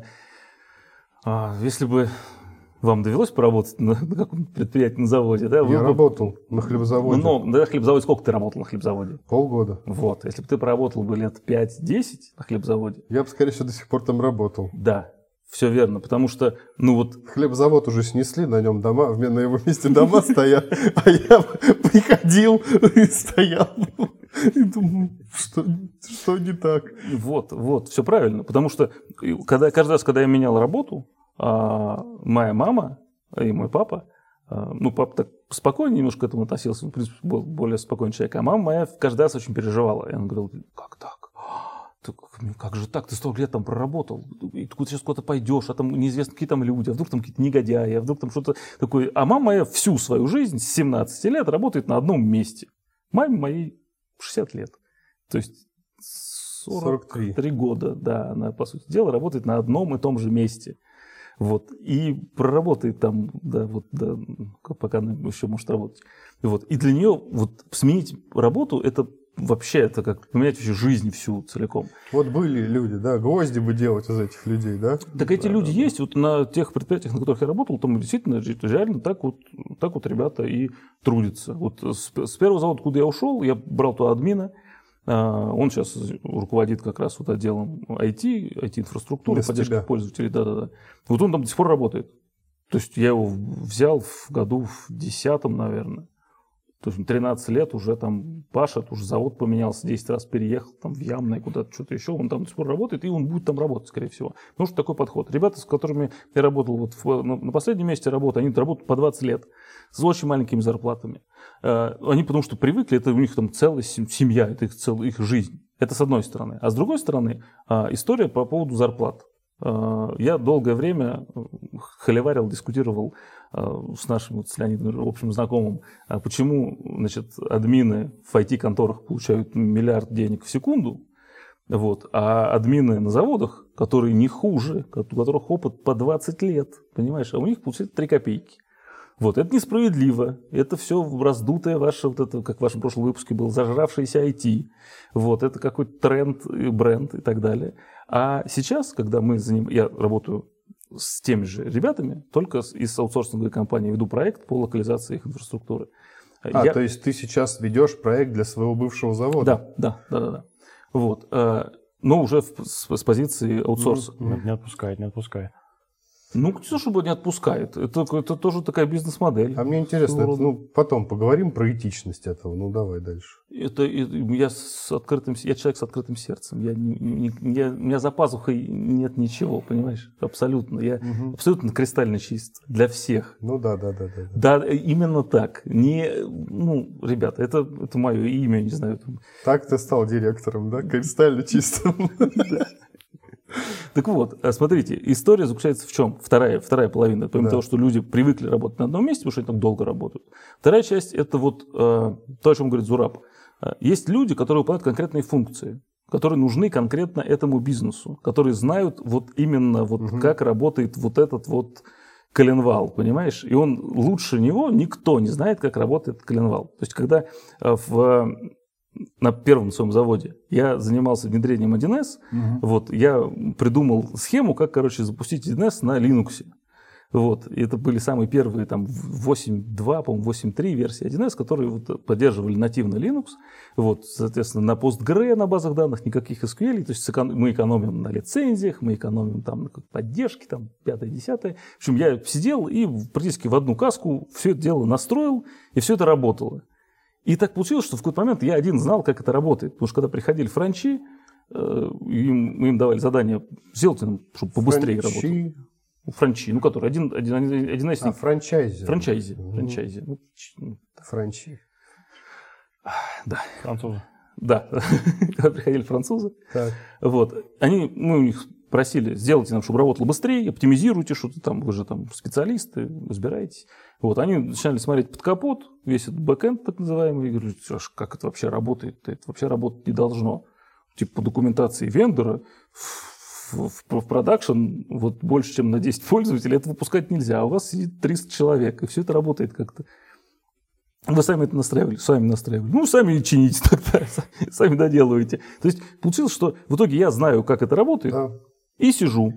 Э, если бы вам довелось поработать на, на каком-то предприятии, на заводе, да? Я вы... работал на хлебозаводе. Ну, на хлебзаводе сколько ты работал на хлебзаводе? Полгода. Вот. Если бы ты проработал бы лет пять-десять на хлебзаводе... Я бы, скорее всего, до сих пор там работал. Да. Все верно, потому что, ну вот... Хлебзавод уже снесли, на нем дома, на его месте дома стоят, а я приходил и стоял и думал, что, что не так. Вот, вот, все правильно, потому что когда, каждый раз, когда я менял работу, моя мама и мой папа, ну, папа так спокойнее немножко к этому относился, в принципе, был более спокойный человек, а мама моя каждый раз очень переживала. И она говорила, как так? Как же так? Ты столько лет там проработал, и ты сейчас куда-то пойдешь, а там неизвестно, какие там люди, а вдруг там какие-то негодяи, а вдруг там что-то такое. А мама моя всю свою жизнь с семнадцати лет работает на одном месте. Маме моей шестьдесят лет. То есть сорок три года, да, она, по сути дела, работает на одном и том же месте. Вот. И проработает там, да, вот, да, пока она еще может работать. Вот. И для нее вот сменить работу, это вообще, это как поменять вообще жизнь всю целиком. Вот были люди, да, гвозди бы делать из этих людей, да? Так эти да, люди да. есть. Вот на тех предприятиях, на которых я работал, там действительно реально так вот, так вот ребята и трудятся. Вот с, с первого завода, куда я ушел, я брал туда админа. Он сейчас руководит как раз вот отделом ай ти, ай ти-инфраструктуры, поддержки пользователей. Да-да-да. Вот он там до сих пор работает. То есть я его взял в году в десятом, наверное. То есть тринадцать лет уже там пашет, уже завод поменялся, десять раз переехал там в Ямное куда-то, что-то еще. Он там до сих пор работает, и он будет там работать, скорее всего. Потому что такой подход. Ребята, с которыми я работал вот в, на, на последнем месте работы, они работают по двадцать лет с очень маленькими зарплатами. Они потому что привыкли, это у них там целая семья, это их, целая, их жизнь. Это с одной стороны. А с другой стороны, история по поводу зарплат. Я долгое время холиварил, дискутировал с нашим вот, с Леонидом, общим знакомым, почему, значит, админы в ай ти-конторах получают миллиард денег в секунду, вот, а админы на заводах, которые не хуже, у которых опыт по двадцать лет, понимаешь, а у них получают три копейки. Вот, это несправедливо, это все раздутое ваше, вот это, как в вашем прошлом выпуске был, зажравшийся ай ти, вот, это какой-то тренд, бренд и так далее. А сейчас, когда мы заним... я работаю с теми же ребятами, только из аутсорсинговой компании веду проект по локализации их инфраструктуры. А, я... то есть ты сейчас ведешь проект для своего бывшего завода? Да, да, да, да. да. Вот, но уже с, с позиции аутсорса. Mm-hmm. Не отпускает, не отпускает. Ну, не то, чтобы не отпускает. Это, это тоже такая бизнес-модель. А мне интересно, это, ну, потом поговорим про этичность этого. Ну, давай дальше. Это, я, с открытым, я человек с открытым сердцем. Я не, не, я, у меня за пазухой нет ничего, понимаешь? Абсолютно. Я угу. абсолютно кристально чист. Для всех. Ну, да, да, да. Да, да именно так. Не, ну, ребята, это, это мое имя, не знаю. Там... Так ты стал директором, да? Кристально чистым. Так вот, смотрите, история заключается в чем? Вторая, вторая половина, помимо да. того, что люди привыкли работать на одном месте, потому что они так долго работают. Вторая часть – это вот э, то, о чем говорит Зураб. Есть люди, которые выполняют конкретные функции, которые нужны конкретно этому бизнесу, которые знают вот именно вот угу. как работает вот этот вот коленвал, понимаешь? И он лучше него никто не знает, как работает коленвал. То есть, когда в... на первом своем заводе я занимался внедрением один эс, угу. вот, я придумал схему, как, короче, запустить один эс на Linux. Вот, и это были самые первые там восемь точка два, по-моему, восемь точка три версии один эс, которые вот, поддерживали нативно Linux. Вот, соответственно, на Postgre на базах данных, никаких эс кью эль. То есть мы экономим на лицензиях, мы экономим там на поддержке, там, пятое-десятое. В общем, я сидел и практически в одну каску все это дело настроил, и все это работало. И так получилось, что в какой-то момент я один знал, как это работает. Потому что когда приходили франчи, им, мы им давали задание, сделайте нам, чтобы побыстрее франчи... работало. Франчи, ну который, один, один, один из них. А, франчайзи. Франчайзи. Mm-hmm. Франчайзи. Франчи. Да. Французы. Да. Когда приходили французы. Так. Вот. Они, мы у них просили, сделайте нам, чтобы работало быстрее, оптимизируйте что-то там, вы же там специалисты, разбираетесь. Вот, они начинали смотреть под капот, весь этот бэкэнд так называемый, и говорю, как это вообще работает? Это вообще работать не должно. Типа по документации вендора в, в, в продакшн вот больше, чем на десять пользователей, это выпускать нельзя, а у вас сидит триста человек, и все это работает как-то. Вы сами это настраивали, сами настраивали. Ну, сами и чините тогда, сами доделываете. То есть получилось, что в итоге я знаю, как это работает, да. И сижу.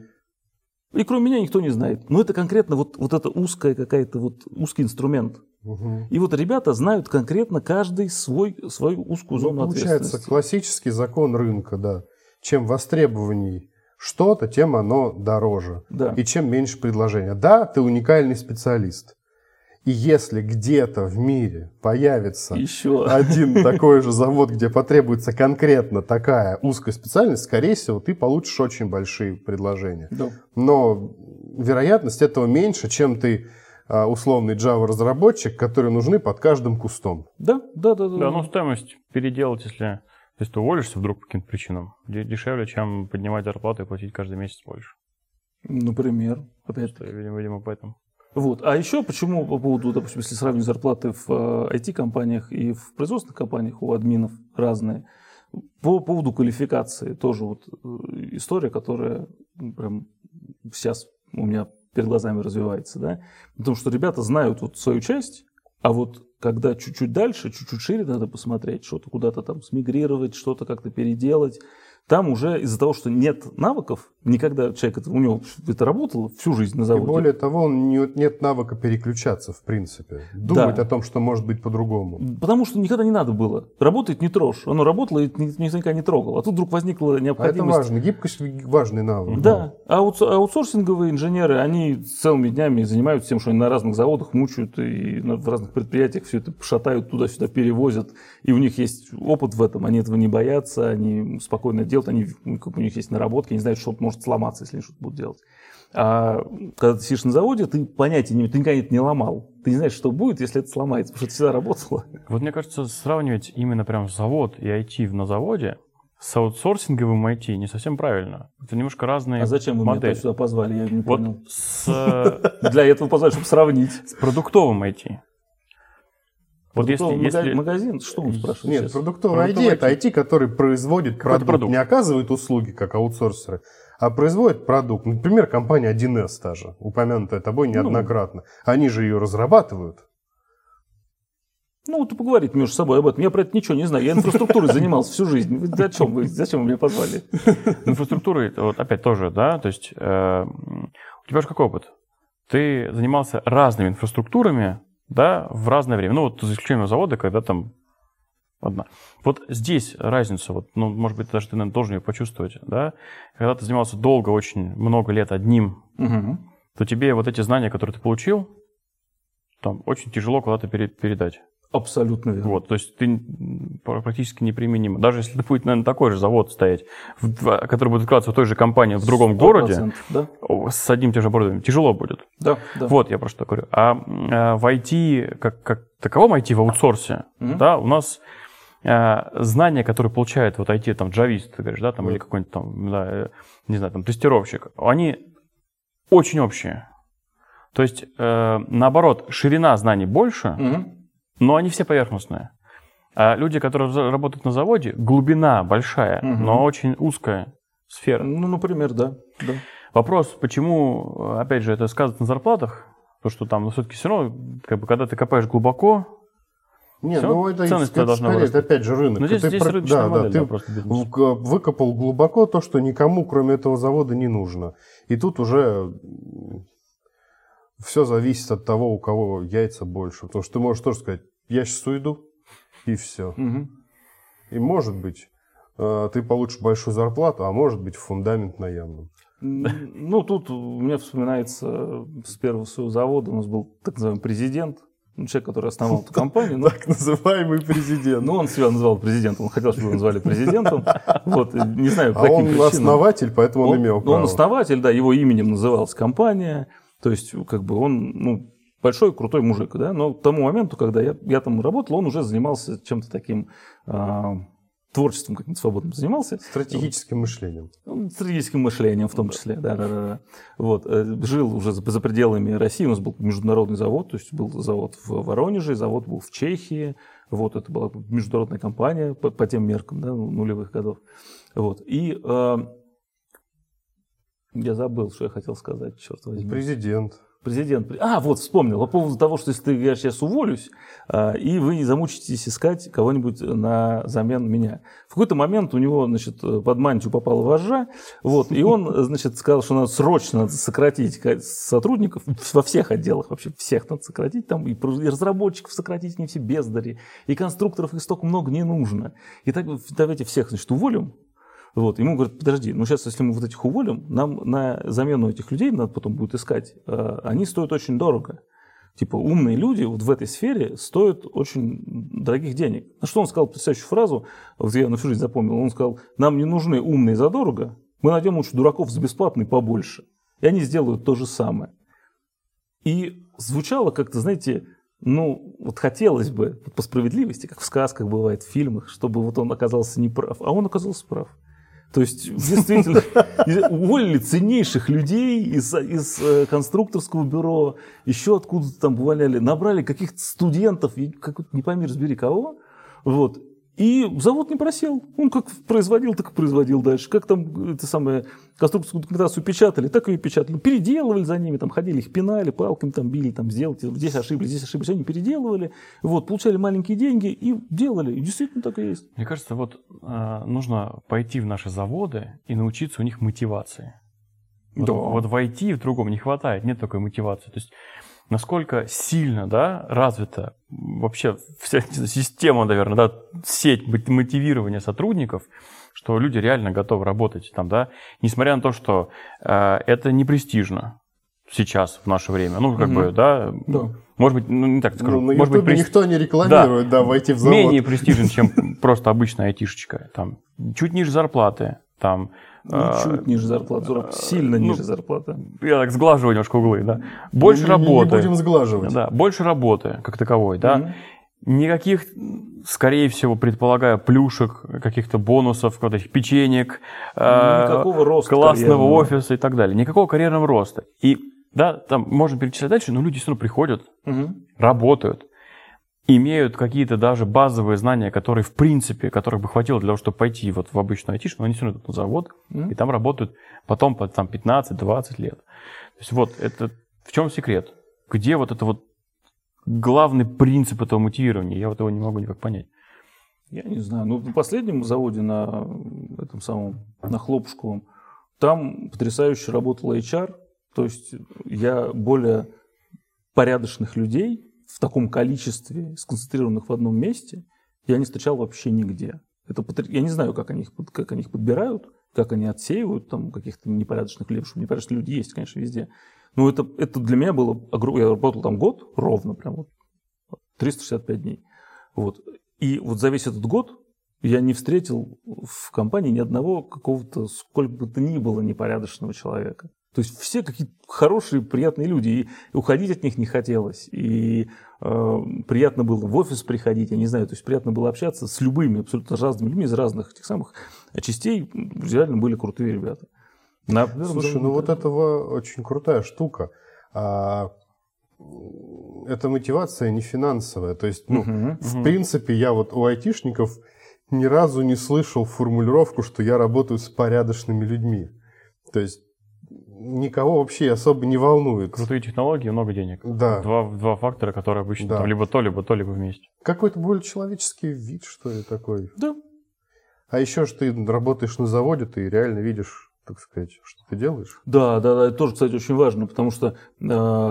И кроме меня никто не знает. Но это конкретно вот, вот это узкая какая-то вот узкий инструмент. Угу. И вот ребята знают конкретно каждый свой, свою узкую зону ну, получается, ответственности. Получается, классический закон рынка, да. Чем востребованней что-то, тем оно дороже. Да. И чем меньше предложения. Да, ты уникальный специалист. И если где-то в мире появится Еще. один такой же завод, где потребуется конкретно такая узкая специальность, скорее всего, ты получишь очень большие предложения. Да. Но вероятность этого меньше, чем ты условный Java-разработчик, которые нужны под каждым кустом. Да, да, да. Да, да ну стоимость переделать, если, если ты уволишься вдруг по каким-то причинам, дешевле, чем поднимать зарплату и платить каждый месяц больше. Например, опять-таки. Видимо, видимо, поэтому. Вот. А еще почему по поводу, допустим, если сравнивать зарплаты в ай ти-компаниях и в производственных компаниях у админов разные, по поводу квалификации тоже вот история, которая прям сейчас у меня перед глазами развивается, да, потому что ребята знают вот свою часть, а вот когда чуть-чуть дальше, чуть-чуть шире надо посмотреть, что-то куда-то там смигрировать, что-то как-то переделать. Там уже из-за того, что нет навыков, никогда человек, это, у него это работало всю жизнь на заводе. И более того, не, нет навыка переключаться, в принципе. Думать да. о том, что может быть по-другому. Потому что никогда не надо было. Работает не трожь. Оно работало и никогда не трогал. А тут вдруг возникла необходимость. А это важно. Гибкость – важный навык. Да. А аутсорсинговые инженеры, они целыми днями занимаются тем, что они на разных заводах мучают и в разных предприятиях все это шатают, туда-сюда перевозят. И у них есть опыт в этом. Они этого не боятся, они спокойно делают. Они, у них есть наработки, они знают, что может сломаться, если они что-то будут делать. А когда ты сидишь на заводе, ты понятия не имеешь, ты никогда это не ломал. Ты не знаешь, что будет, если это сломается, потому что это всегда работало. Вот мне кажется, сравнивать именно прям завод и ай ти на заводе с аутсорсинговым ай ти не совсем правильно. Это немножко разные модели. А зачем вы модели. меня сюда позвали? Я не вот понял. С, Для этого позвали, чтобы сравнить. С продуктовым ай ти. Вот если, если... Магазин? Что он спрашивает Нет, сейчас? продуктовый ай ти – это ай ти, который производит продукт, продукт, не оказывает услуги, как аутсорсеры, а производит продукт. Например, компания один эс та же, упомянутая тобой неоднократно. Ну, они же ее разрабатывают. Ну, ты поговорить между собой об этом. Я про это ничего не знаю. Я инфраструктурой занимался всю жизнь. Вы зачем вы, зачем вы меня позвали? Инфраструктурой, вот опять тоже, да, то есть э, у тебя же какой опыт? Ты занимался разными инфраструктурами, да, в разное время. Ну, вот за исключением завода, когда там одна. Вот здесь разница, вот, ну, может быть, даже ты, наверное, должен ее почувствовать, да. Когда ты занимался долго, очень много лет одним, угу. то тебе вот эти знания, которые ты получил, там, очень тяжело куда-то пере- передать. Абсолютно верно. Вот, то есть ты практически неприменим. Даже если будет, наверное, такой же завод стоять, в, который будет открываться в той же компании в другом городе, да? с одним тем же оборудованием, тяжело будет. Да, да. Вот, я про что говорю. А, а в ай ти, как, как таковом ай ти, в аутсорсе, mm-hmm. да, у нас а, знания, которые получает вот ай ти, там, джавист, ты говоришь, да, там, mm-hmm. или какой-нибудь там, да, не знаю, там, тестировщик, они очень общие. То есть, э, наоборот, ширина знаний больше, mm-hmm. но они все поверхностные. А люди, которые работают на заводе, глубина большая, угу. но очень узкая сфера. Ну, например, да. да. Вопрос, почему, опять же, это сказывается на зарплатах, то, что там, ну, все-таки все равно, как бы, когда ты копаешь глубоко, нет, ну это, ценность это, должна скорее, это опять же рынок. Но здесь, ты здесь про... рыночная да, модель, да, да, ты просто бизнес. Выкопал глубоко то, что никому, кроме этого завода, не нужно. И тут уже все зависит от того, у кого яйца больше. Потому что ты можешь тоже сказать, я сейчас уйду, и все. Угу. И может быть, ты получишь большую зарплату, а может быть, фундамент на явном. Ну, тут у меня вспоминается с первого своего завода у нас был так называемый президент, ну, человек, который основал эту компанию. Ну, так называемый президент. Ну, он себя называл президентом, он хотел, чтобы его назвали президентом. Вот, не знаю, по а каким он причинам. основатель, поэтому он, он имел право. Он основатель, да, его именем называлась компания. То есть, как бы он, ну, большой, крутой мужик, да. Но к тому моменту, когда я, я там работал, он уже занимался чем-то таким... А, творчеством каким-то свободным занимался. Стратегическим мышлением. Стратегическим мышлением в том числе, да, да, да. да. Вот. Жил уже за, за пределами России, у нас был международный завод, то есть был завод в Воронеже, завод был в Чехии, вот, это была международная компания по, по тем меркам, да, нулевых годов. Вот. И э, я забыл, что я хотел сказать, черт возьми. Президент. Президент. А, вот, вспомнил. По поводу того, что если ты, я сейчас уволюсь, и вы не замучитесь искать кого-нибудь на замену меня. В какой-то момент у него, значит, под мантию попала вожжа, вот, и он, значит, сказал, что надо срочно сократить сотрудников во всех отделах, вообще всех надо сократить, там и разработчиков сократить, не все бездари, и конструкторов их столько много не нужно. И так давайте всех, значит, уволим. Вот, ему говорят, подожди, ну сейчас, если мы вот этих уволим, нам на замену этих людей надо потом будет искать, они стоят очень дорого. Типа умные люди вот в этой сфере стоят очень дорогих денег. На что он сказал потрясающую фразу, вот я на всю жизнь запомнил, он сказал, нам не нужны умные задорого, мы найдем лучше дураков за бесплатно и побольше. И они сделают то же самое. И звучало как-то, знаете, ну, вот хотелось бы по справедливости, как в сказках бывает, в фильмах, чтобы вот он оказался неправ, а он оказался прав. То есть, действительно, уволили ценнейших людей из, из конструкторского бюро, еще откуда-то там увольняли, набрали каких-то студентов, как, не пойми, разбери кого, вот, и завод не просел. Он как производил, так и производил дальше. Как там это самое, конструкторскую документацию печатали, так и печатали. Переделывали за ними, там ходили, их пинали, палками там били, там сделайте, здесь ошиблись, здесь ошиблись. Они переделывали, вот, получали маленькие деньги и делали. И действительно так и есть. Мне кажется, вот э, нужно пойти в наши заводы и научиться у них мотивации. Вот, да. вот в ай ти в другом не хватает, нет такой мотивации. То есть насколько сильно, да, развита вообще вся система, наверное, да, сеть мотивирования сотрудников, что люди реально готовы работать там, да, несмотря на то, что э, это не престижно сейчас в наше время, ну как mm-hmm. бы, да, да, может быть, ну не так скажу, ну, на может быть, прести... никто не рекламирует, да, да, войти в завод. Менее престижен, чем просто обычная айтишечка, там чуть ниже зарплаты, там. Ну, чуть ниже зарплаты, сильно ну, ниже зарплаты. Я так сглаживаю немножко углы, да. Больше не, работы. Не будем сглаживать. Да, больше работы, как таковой, да. Никаких, скорее всего, предполагаю, плюшек, каких-то бонусов, вот этих печенек, Никакого роста классного карьерного. офиса и так далее. Никакого карьерного роста. И да, там можно перечислять дальше, но люди все равно приходят, Угу. работают, имеют какие-то даже базовые знания, которые, в принципе, которых бы хватило для того, чтобы пойти вот в обычную айтишную, но они все равно идут на завод, Мгм. и там работают потом по там, пятнадцать-двадцать лет. То есть вот это в чем секрет? Где вот это вот главный принцип этого мотивирования? Я вот его не могу никак понять. Я не знаю. Ну, на последнем заводе, на этом самом, на Хлопушковом, там потрясающе работал эйч ар. То есть я более порядочных людей в таком количестве, сконцентрированных в одном месте, я не встречал вообще нигде. Это потр... Я не знаю, как они, их, под- как они их подбирают, как они отсеивают там каких-то непорядочных людей, потому что непорядочные люди есть, конечно, везде. Но это, это для меня было... огром- Я работал там год ровно, прям вот триста шестьдесят пять дней. Вот. И вот за весь этот год я не встретил в компании ни одного какого-то, сколько бы то ни было, непорядочного человека. То есть все какие-то хорошие, приятные люди, и уходить от них не хотелось, и э, приятно было в офис приходить, я не знаю, то есть приятно было общаться с любыми, абсолютно разными людьми из разных этих самых частей, реально были крутые ребята. На первом Слушай, заводе ну вот так. этого очень крутая штука. А, эта мотивация не финансовая. То есть, ну, Мгм. в принципе, я вот у айтишников ни разу не слышал формулировку, что я работаю с порядочными людьми. То есть никого вообще особо не волнует. Крутые технологии, много денег. Да. Два, два фактора, которые обычно Да. там либо то, либо то, либо вместе. Какой-то более человеческий вид, что ли, такой. Да. А еще ж ты работаешь на заводе, ты реально видишь, так сказать, что ты делаешь. Да, да, да, это тоже, кстати, очень важно, потому что э,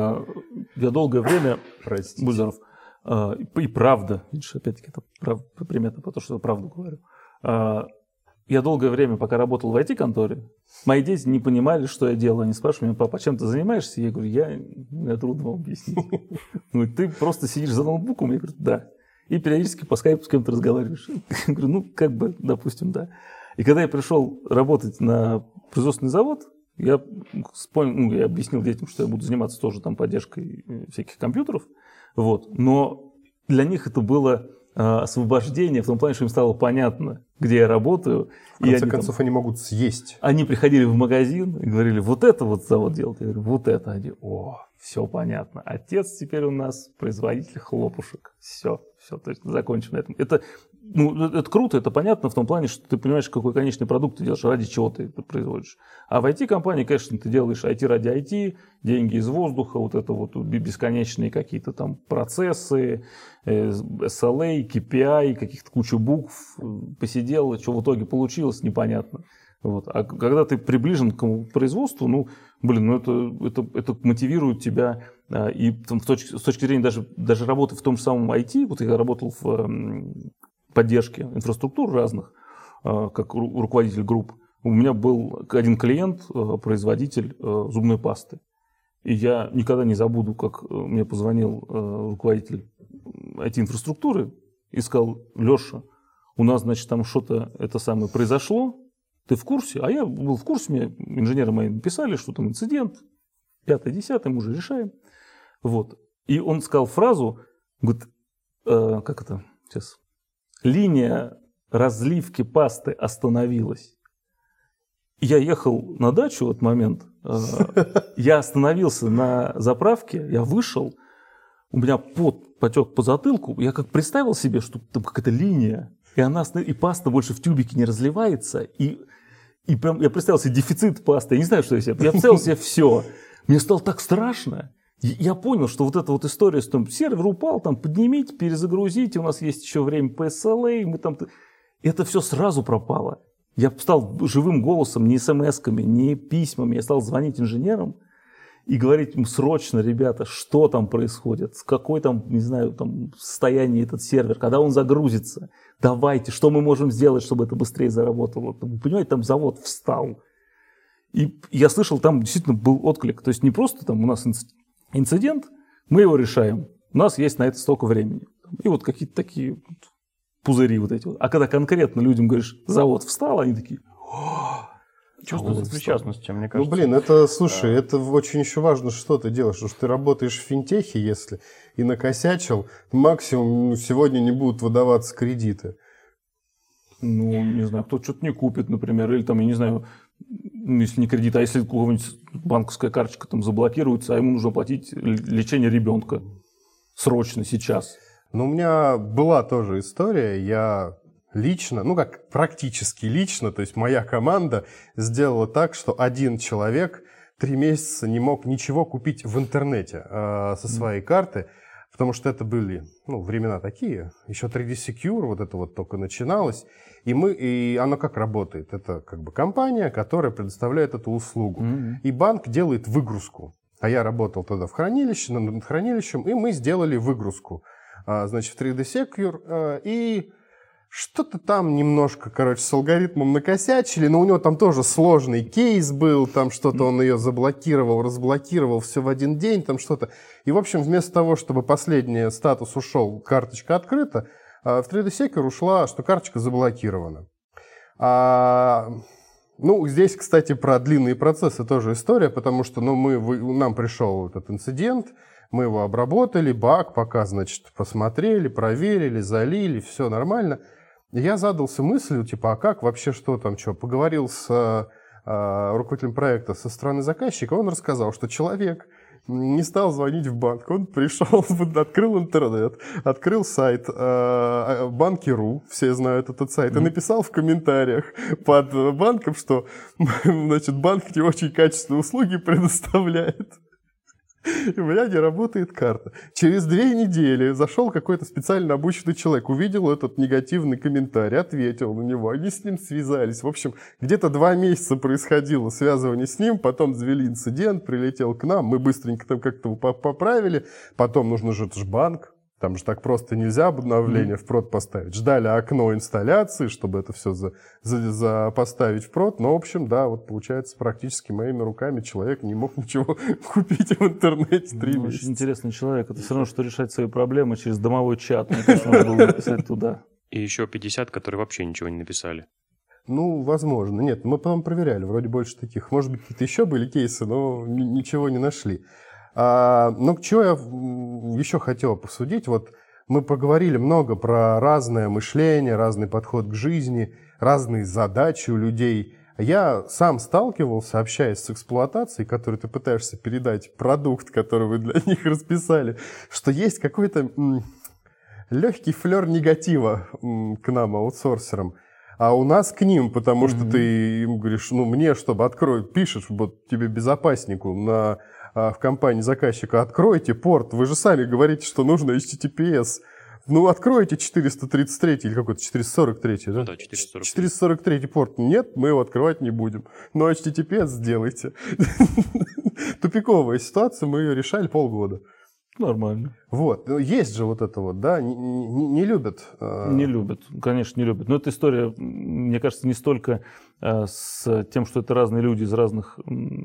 я долгое время, Простите. будь здоров, э, и, и правда, видишь, опять-таки, это прав, примета, потому что я правду говорю. Э, я долгое время, пока работал в ай ти-конторе, мои дети не понимали, что я делаю. Они спрашивают меня: папа, чем ты занимаешься? Я говорю: я, мне трудно вам объяснить. Ну, ты просто сидишь за ноутбуком? Я говорю: да. И периодически по скайпу с кем-то разговариваешь. Я говорю: ну, как бы, допустим, да. И когда я пришел работать на производственный завод, я, понял, ну, я объяснил детям, что я буду заниматься тоже там поддержкой всяких компьютеров. Вот. Но для них это было э, освобождение, в том плане, что им стало понятно, где я работаю. В конце и они, концов, там, они могут съесть. они приходили в магазин и говорили: вот это вот завод делает. Я говорю: вот это. Они: о, все понятно. Отец теперь у нас производитель хлопушек. Все, все, то есть закончим на этом. Это, ну, это круто, это понятно в том плане, что ты понимаешь, какой конечный продукт ты делаешь, ради чего ты это производишь. А в ай ти-компании, конечно, ты делаешь ай ти ради ай ти, деньги из воздуха, вот это вот бесконечные какие-то там процессы, эс эл эй, кей пи ай, каких-то кучу букв, посидел, что в итоге получилось, непонятно. Вот. А когда ты приближен к производству, ну, блин, ну это, это, это мотивирует тебя. И там, с, точки, с точки зрения даже, даже работы в том же самом ай ти, вот я работал в поддержке инфраструктур разных, как ру, руководитель групп, у меня был один клиент, производитель зубной пасты. И я никогда не забуду, как мне позвонил руководитель ай ти-инфраструктуры и сказал: Леша, у нас, значит, там что-то это самое произошло, ты в курсе? А я был в курсе, мне инженеры мои написали, что там инцидент, пятое, десятое, мы уже решаем. Вот. И он сказал фразу, говорит, э, как это сейчас, линия разливки пасты остановилась. Я ехал на дачу в этот момент, э, я остановился на заправке, я вышел, у меня пот потек по затылку, я как представил себе, что там какая-то линия, и, она, и паста больше в тюбике не разливается, и, и прям я представил себе дефицит пасты, я не знаю, что я себе, я представил себе все. Мне стало так страшно. Я понял, что вот эта вот история, что там сервер упал, там поднимите, перезагрузите, у нас есть еще время по эс эл эй, мы там... Это все сразу пропало. Я стал живым голосом, не смс-ками, не письмами, я стал звонить инженерам и говорить им срочно: ребята, что там происходит, в какой там, не знаю, там состоянии этот сервер, когда он загрузится, давайте, что мы можем сделать, чтобы это быстрее заработало. Вы понимаете, там завод встал. И я слышал, там действительно был отклик. То есть не просто там у нас инцидент, мы его решаем, у нас есть на это столько времени. И вот какие-то такие пузыри вот эти вот. А когда конкретно людям говоришь: завод встал, они такие: Чувство сопричастности, мне кажется. Ну, блин, это, слушай, это очень еще важно, что ты делаешь. Потому что ты работаешь в финтехе, если и накосячил, максимум сегодня не будут выдаваться кредиты. Ну, не знаю, кто что-то не купит, например, или там, я не знаю, ну, если не кредит, а если какая-нибудь банковская карточка там заблокируется, а ему нужно платить лечение ребенка срочно, сейчас. Ну, у меня была тоже история, я лично, ну как практически лично, то есть моя команда сделала так, что один человек три месяца не мог ничего купить в интернете э, со своей карты, потому что это были, ну, времена такие, еще три ди Secure, вот это вот только начиналось, и мы, и оно как работает, это как бы компания, которая предоставляет эту услугу, mm-hmm. и банк делает выгрузку, а я работал тогда в хранилище, над хранилищем, и мы сделали выгрузку, а, значит, в три ди Secure, а, и что-то там немножко, короче, с алгоритмом накосячили, но у него там тоже сложный кейс был, там что-то он ее заблокировал, разблокировал, все в один день, там что-то. И, в общем, вместо того, чтобы последний статус ушел, карточка открыта, в три ди Secure ушла, что карточка заблокирована. А, ну, здесь, кстати, про длинные процессы тоже история, потому что ну, мы, нам пришел этот инцидент, мы его обработали, баг пока, значит, посмотрели, проверили, залили, все нормально. И я задался мыслью, типа, а как вообще, что там, что? Поговорил с э, руководителем проекта со стороны заказчика, он рассказал, что человек не стал звонить в банк, он пришел, открыл интернет, открыл сайт э, банки.ру, все знают этот сайт, и написал в комментариях под банком, что, значит, банк не очень качественные услуги предоставляет. И у меня не работает карта. Через две недели зашел какой-то специально обученный человек, увидел этот негативный комментарий, ответил на него, они с ним связались. В общем, где-то два месяца происходило связывание с ним, потом завели инцидент, прилетел к нам, мы быстренько там как-то поправили, потом нужно же, это же банк, там же так просто нельзя обновление mm-hmm. в прод поставить. Ждали окно инсталляции, чтобы это все за, за, за поставить в прод. Но, в общем, да, вот получается, практически моими руками человек не мог ничего купить в интернете три ну, месяца. Очень интересный человек. Это все равно, что решать свои проблемы через домовой чат. Мне кажется, надо было написать туда. И еще пятьдесят, которые вообще ничего не написали. Ну, возможно. Нет, мы потом проверяли. Вроде больше таких. Может быть, какие-то еще были кейсы, но ничего не нашли. А, ну, что я еще хотел посудить, вот мы поговорили много про разное мышление, разный подход к жизни, разные задачи у людей. Я сам сталкивался, общаясь с эксплуатацией, которой ты пытаешься передать продукт, который вы для них расписали, что есть какой-то м, легкий флер негатива м, к нам, аутсорсерам. А у нас к ним, потому mm-hmm. что ты им говоришь, ну, мне, чтобы открой, пишешь вот тебе безопаснику на... в компании заказчика, откройте порт, вы же сами говорите, что нужно эйч ти ти пи эс. Ну, откройте четыреста тридцать три или какой-то четыреста сорок три, да? Да, четыреста сорок три. четыреста сорок три порт. Нет, мы его открывать не будем. Но эйч ти ти пи эс сделайте. Тупиковая ситуация, мы ее решали полгода. Нормально. Вот. Есть же вот это вот, да, не, не, не любят. Не любят, конечно, не любят. Но эта история, мне кажется, не столько с тем, что это разные люди из разных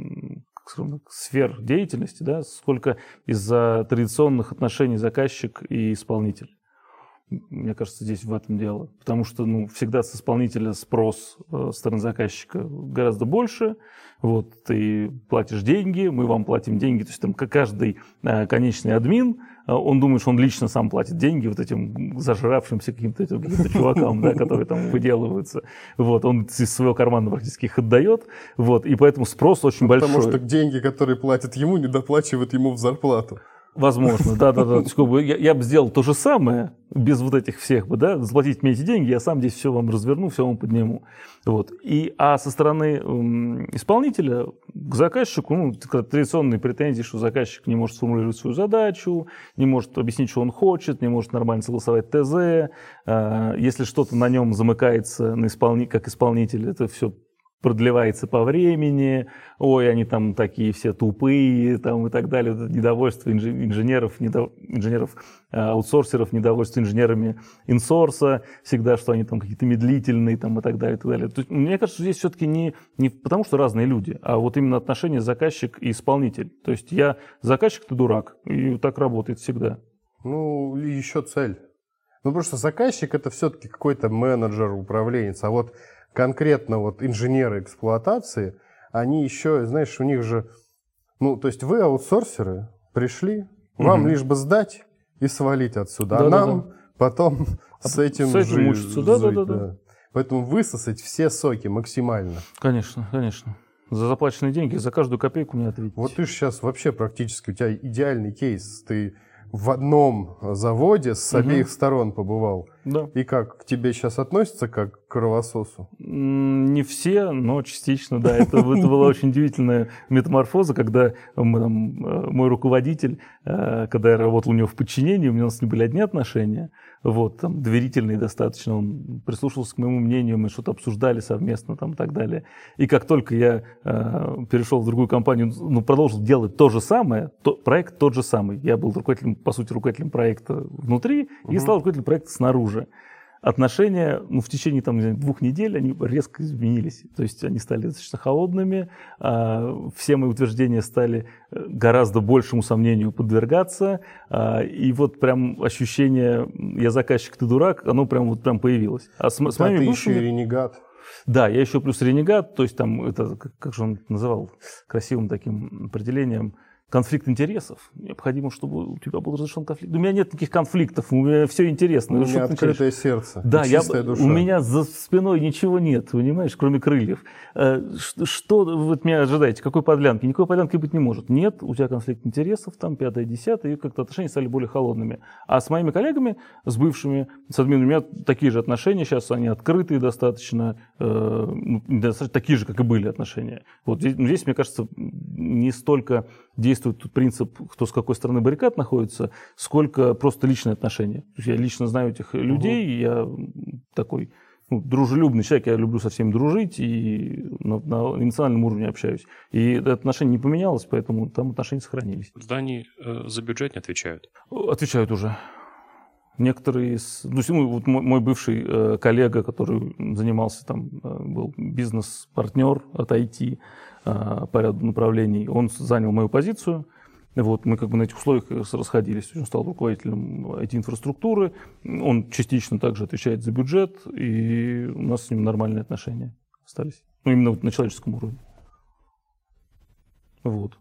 сфер деятельности, да, сколько из-за традиционных отношений заказчик и исполнитель. Мне кажется, здесь в этом дело. Потому что ну, всегда с исполнителя спрос э, стороны заказчика гораздо больше. Вот, ты платишь деньги, мы вам платим деньги. То есть там каждый э, конечный админ, э, он думает, что он лично сам платит деньги вот этим зажравшимся каким-то, каким-то чувакам, да, которые там выделываются. Вот, он из своего кармана практически их отдает. Вот, и поэтому спрос очень большой. Потому что деньги, которые платят ему, не доплачивают ему в зарплату. Возможно, да-да-да. Я, я бы сделал то же самое, без вот этих всех бы, да, заплатите мне эти деньги, я сам здесь все вам разверну, все вам подниму. Вот. И, а со стороны м, исполнителя к заказчику, ну, традиционные претензии, что заказчик не может сформулировать свою задачу, не может объяснить, что он хочет, не может нормально согласовать ТЗ, э, если что-то на нем замыкается на исполни, как исполнитель, это все продлевается по времени, ой, они там такие все тупые, там и так далее, недовольство инженеров, недо... инженеров аутсорсеров, недовольство инженерами инсорса, всегда, что они там какие-то медлительные, там и так далее, и так далее. То есть, мне кажется, здесь все-таки не, не потому, что разные люди, а вот именно отношения заказчик и исполнитель. То есть, я заказчик, ты дурак, и так работает всегда. Ну, еще цель. Ну, потому что заказчик – это все-таки какой-то менеджер, управленец, а вот конкретно вот инженеры эксплуатации, они еще, знаешь, у них же, ну, то есть вы аутсорсеры, пришли, вам Мгм. лишь бы сдать и свалить отсюда, а Да-да-да. нам потом с этим, с этим жи- мучиться. Да-да-да-да. жить, да. Поэтому высосать все соки максимально. Конечно, конечно. За заплаченные деньги, за каждую копейку мне ответить. Вот ты же сейчас вообще практически, у тебя идеальный кейс. Ты в одном заводе с Мгм. обеих сторон побывал. Да. И как, к тебе сейчас относятся как к кровососу? М, Не все, но частично, да. Это, это была очень удивительная метаморфоза, когда мы, там, э, мой руководитель, э, когда я работал у него в подчинении, у меня с ним были одни отношения, вот, там, доверительные достаточно, он прислушивался к моему мнению, мы что-то обсуждали совместно там, и так далее. И как только я э, перешел в другую компанию, ну, продолжил делать то же самое, то, проект тот же самый. Я был руководителем, по сути, руководителем проекта внутри и стал руководителем проекта снаружи. Отношения, ну, в течение там, не знаю, двух недель они резко изменились. То есть они стали достаточно холодными, а, все мои утверждения стали гораздо большему сомнению подвергаться. А, и вот прям ощущение «я заказчик, ты дурак», оно прям вот прям появилось. А с, с А моими ты бывшими... еще и ренегат. Да, я еще плюс ренегат, то есть там, это, как, как же он называл красивым таким определением, конфликт интересов. Необходимо, чтобы у тебя был разрешен конфликт. У меня нет никаких конфликтов, у меня все интересно. У Ну, что меня ты начинаешь- открытое сердце, Да, и я, чистая душа. у меня за спиной ничего нет, понимаешь, кроме крыльев. Э, ш- Что вы от меня ожидаете? Какой подлянки? Никакой подлянки быть не может. Нет, у тебя конфликт интересов, там пятое, десятое, и как-то отношения стали более холодными. А с моими коллегами, с бывшими, с админами, у меня такие же отношения, сейчас они открытые достаточно, э, ну, достаточно такие же, как и были отношения. Вот здесь, здесь, мне кажется, не столько действует тут принцип, кто с какой стороны баррикад находится, сколько просто личные отношения. То есть я лично знаю этих людей, я такой ну, дружелюбный человек, я люблю со всеми дружить и на, на эмоциональном уровне общаюсь. И это отношение не поменялось, поэтому там отношения сохранились. Туда они э, за бюджет не отвечают. Отвечают уже. Некоторые из... Ну, ну, вот мой, мой бывший э, коллега, который занимался там, э, был бизнес-партнер от ай ти э, по ряду направлений, он занял мою позицию. Вот, мы как бы на этих условиях расходились. Он стал руководителем ай ти-инфраструктуры. Он частично также отвечает за бюджет, и у нас с ним нормальные отношения остались. Ну, именно вот на человеческом уровне. Вот.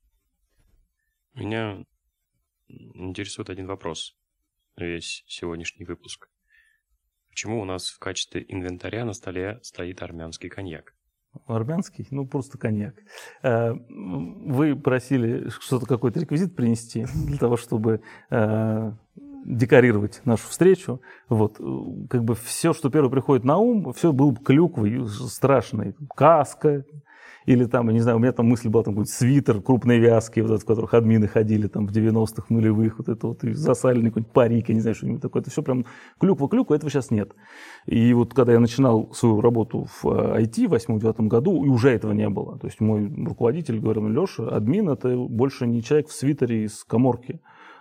Меня интересует один вопрос. Весь сегодняшний выпуск. Почему у нас в качестве инвентаря на столе стоит армянский коньяк? Армянский? Ну, просто коньяк. Э, Вы просили что-то, какой-то реквизит принести для того, чтобы э, декорировать нашу встречу. Вот. Как бы все, что первое приходит на ум, все было клюквой страшной. Каска. Или там, я не знаю, у меня там мысль была, там какой-то свитер крупной вязки, вот этот, в которых админы ходили там в девяностых, нулевых, вот это вот, и засаленный какой-нибудь парик, я не знаю, что-нибудь такое. Это все прям клюква-клюква, этого сейчас нет. И вот когда я начинал свою работу в ай ти в восьмом-девятом году, и уже этого не было. То есть мой руководитель говорил: Леша, админ — это больше не человек в свитере из каморки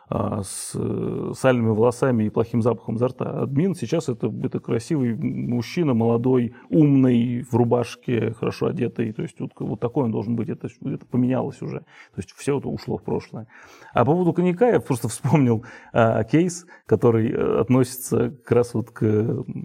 с сальными волосами и плохим запахом изо рта. Админ сейчас это, это красивый мужчина, молодой, умный, в рубашке, хорошо одетый. То есть вот, вот такой он должен быть. Это, это поменялось уже. То есть все это ушло в прошлое. А по поводу коньяка я просто вспомнил а, кейс, который относится как раз вот к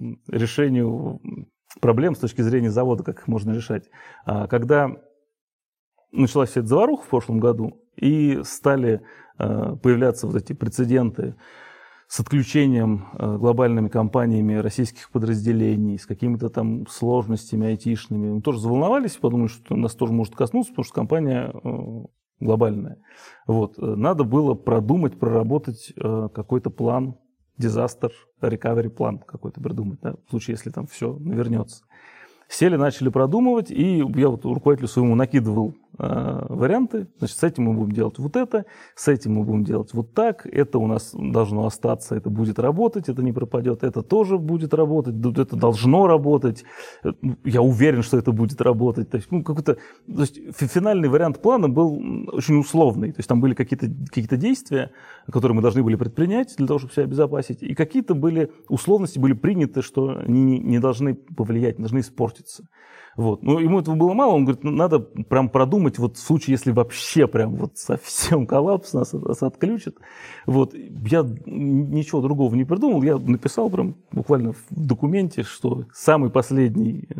решению проблем с точки зрения завода, как их можно решать. А, когда началась вся эта заваруха в прошлом году, и стали э, появляться вот эти прецеденты с отключением э, глобальными компаниями российских подразделений, с какими-то там сложностями айтишными. Мы тоже заволновались, подумали, что нас тоже может коснуться, потому что компания э, глобальная. Вот. Надо было продумать, проработать э, какой-то план, disaster recovery план какой-то придумать, да, в случае, если там все навернется. Сели, начали продумывать, и я вот руководителю своему накидывал э, варианты. Значит, с этим мы будем делать вот это, с этим мы будем делать вот так, это у нас должно остаться, это будет работать, это не пропадет, это тоже будет работать, это должно работать. Я уверен, что это будет работать. То есть, ну, какой-то, то есть финальный вариант плана был очень условный. То есть там были какие-то, какие-то действия, которые мы должны были предпринять для того, чтобы себя обезопасить, и какие-то были условности, были приняты, что они не должны повлиять, не должны испортить. Вот. Но ему этого было мало, он говорит, ну, надо прям продумать, вот в случае, если вообще прям вот совсем коллапс нас, нас отключат. Вот. Я ничего другого не придумал, я написал прям буквально в документе, что самый последний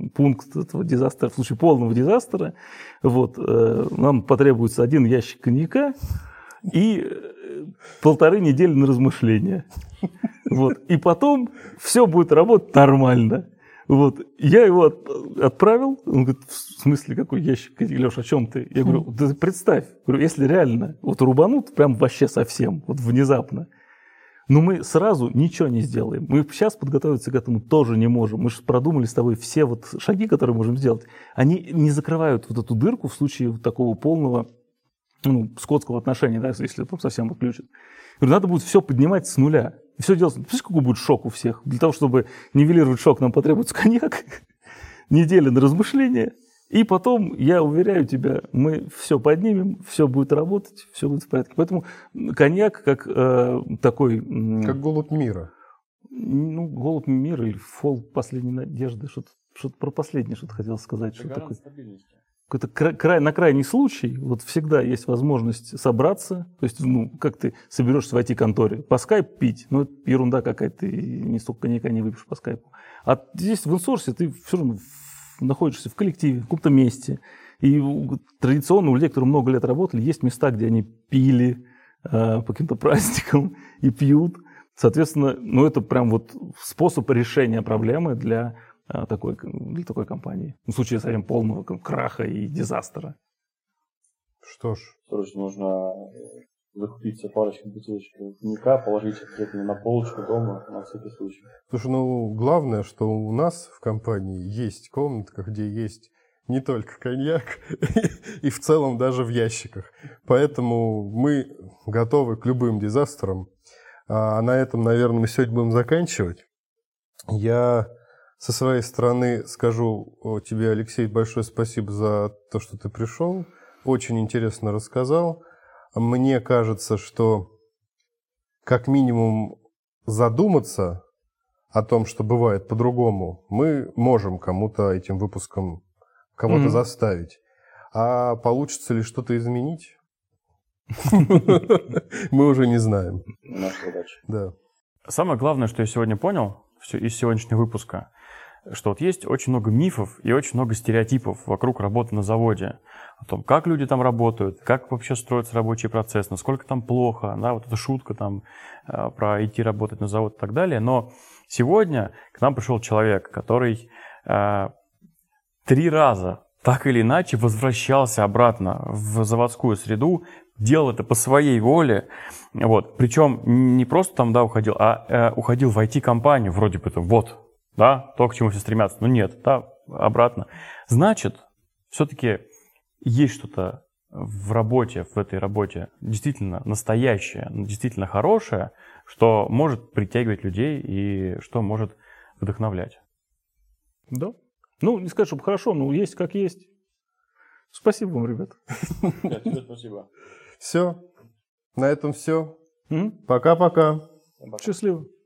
пункт этого дизастера, в случае полного дизастера, вот, э, нам потребуется один ящик коньяка и полторы недели на размышления. Вот. И потом все будет работать нормально. Вот. Я его от, отправил. Он говорит, в смысле, какой ящик? Леша, о чем ты? Я говорю, да ты представь, говорю, если реально вот рубанут прям вообще совсем, вот внезапно, но мы сразу ничего не сделаем. Мы сейчас подготовиться к этому тоже не можем. Мы же продумали с тобой все вот шаги, которые можем сделать. Они не закрывают вот эту дырку в случае такого полного, ну, скотского отношения, да, если там совсем отключат. Говорю, надо будет все поднимать с нуля. И все делать. Представляешь, какой будет шок у всех? Для того, чтобы нивелировать шок, нам потребуется коньяк, неделя на размышления. И потом, я уверяю тебя, мы все поднимем, все будет работать, все будет в порядке. Поэтому коньяк как э, такой... Э, как голубь мира. Ну, голубь мира или фол последней надежды. Что-то, что-то про последнее что-то хотел сказать. Что такое? Какой-то кра- край, на крайний случай, вот всегда есть возможность собраться. То есть, ну, как ты соберешься в ай ти-конторе? По скайпу пить? Ну, это ерунда какая-то, ты не столько коньяка не выпьешь по скайпу. А здесь в инсорсе ты все равно находишься в коллективе, в каком-то месте. И традиционно у людей, которые много лет работали, есть места, где они пили э, по каким-то праздникам и пьют. Соответственно, ну, это прям вот способ решения проблемы для, э, такой, для такой компании. В случае совсем полного краха и дизастера. Что ж. Срочно нужно закупить себе парочку бутылочек коньяка, положить где-то на полочку дома на всякий случай. Слушай, ну, главное, что у нас в компании есть комнатка, где есть не только коньяк, и в целом даже в ящиках. Поэтому мы готовы к любым дизастерам. А на этом, наверное, мы сегодня будем заканчивать. Я со своей стороны скажу тебе, Алексей, большое спасибо за то, что ты пришел. Очень интересно рассказал. Мне кажется, что как минимум задуматься о том, что бывает по-другому, мы можем кому-то этим выпуском кого-то mm-hmm. заставить. А получится ли что-то изменить? Мы уже не знаем. Наша задача. Да. Самое главное, что я сегодня понял из сегодняшнего выпуска, что вот есть очень много мифов и очень много стереотипов вокруг работы на заводе. О том, как люди там работают, как вообще строится рабочий процесс, насколько там плохо, да, вот эта шутка там про идти работать на завод и так далее. Но сегодня к нам пришел человек, который э, три раза так или иначе возвращался обратно в заводскую среду, делал это по своей воле, вот. Причем не просто там, да, уходил, а э, уходил в ай ти-компанию, вроде бы это вот, да, то, к чему все стремятся, но нет, да, обратно. Значит, все-таки есть что-то в работе, в этой работе действительно настоящее, действительно хорошее, что может притягивать людей и что может вдохновлять. Да. Ну, не сказать, чтобы хорошо, но есть как есть. Спасибо вам, ребят. Да, тебе спасибо. Все. На этом все. Угу. Пока-пока. Счастливо.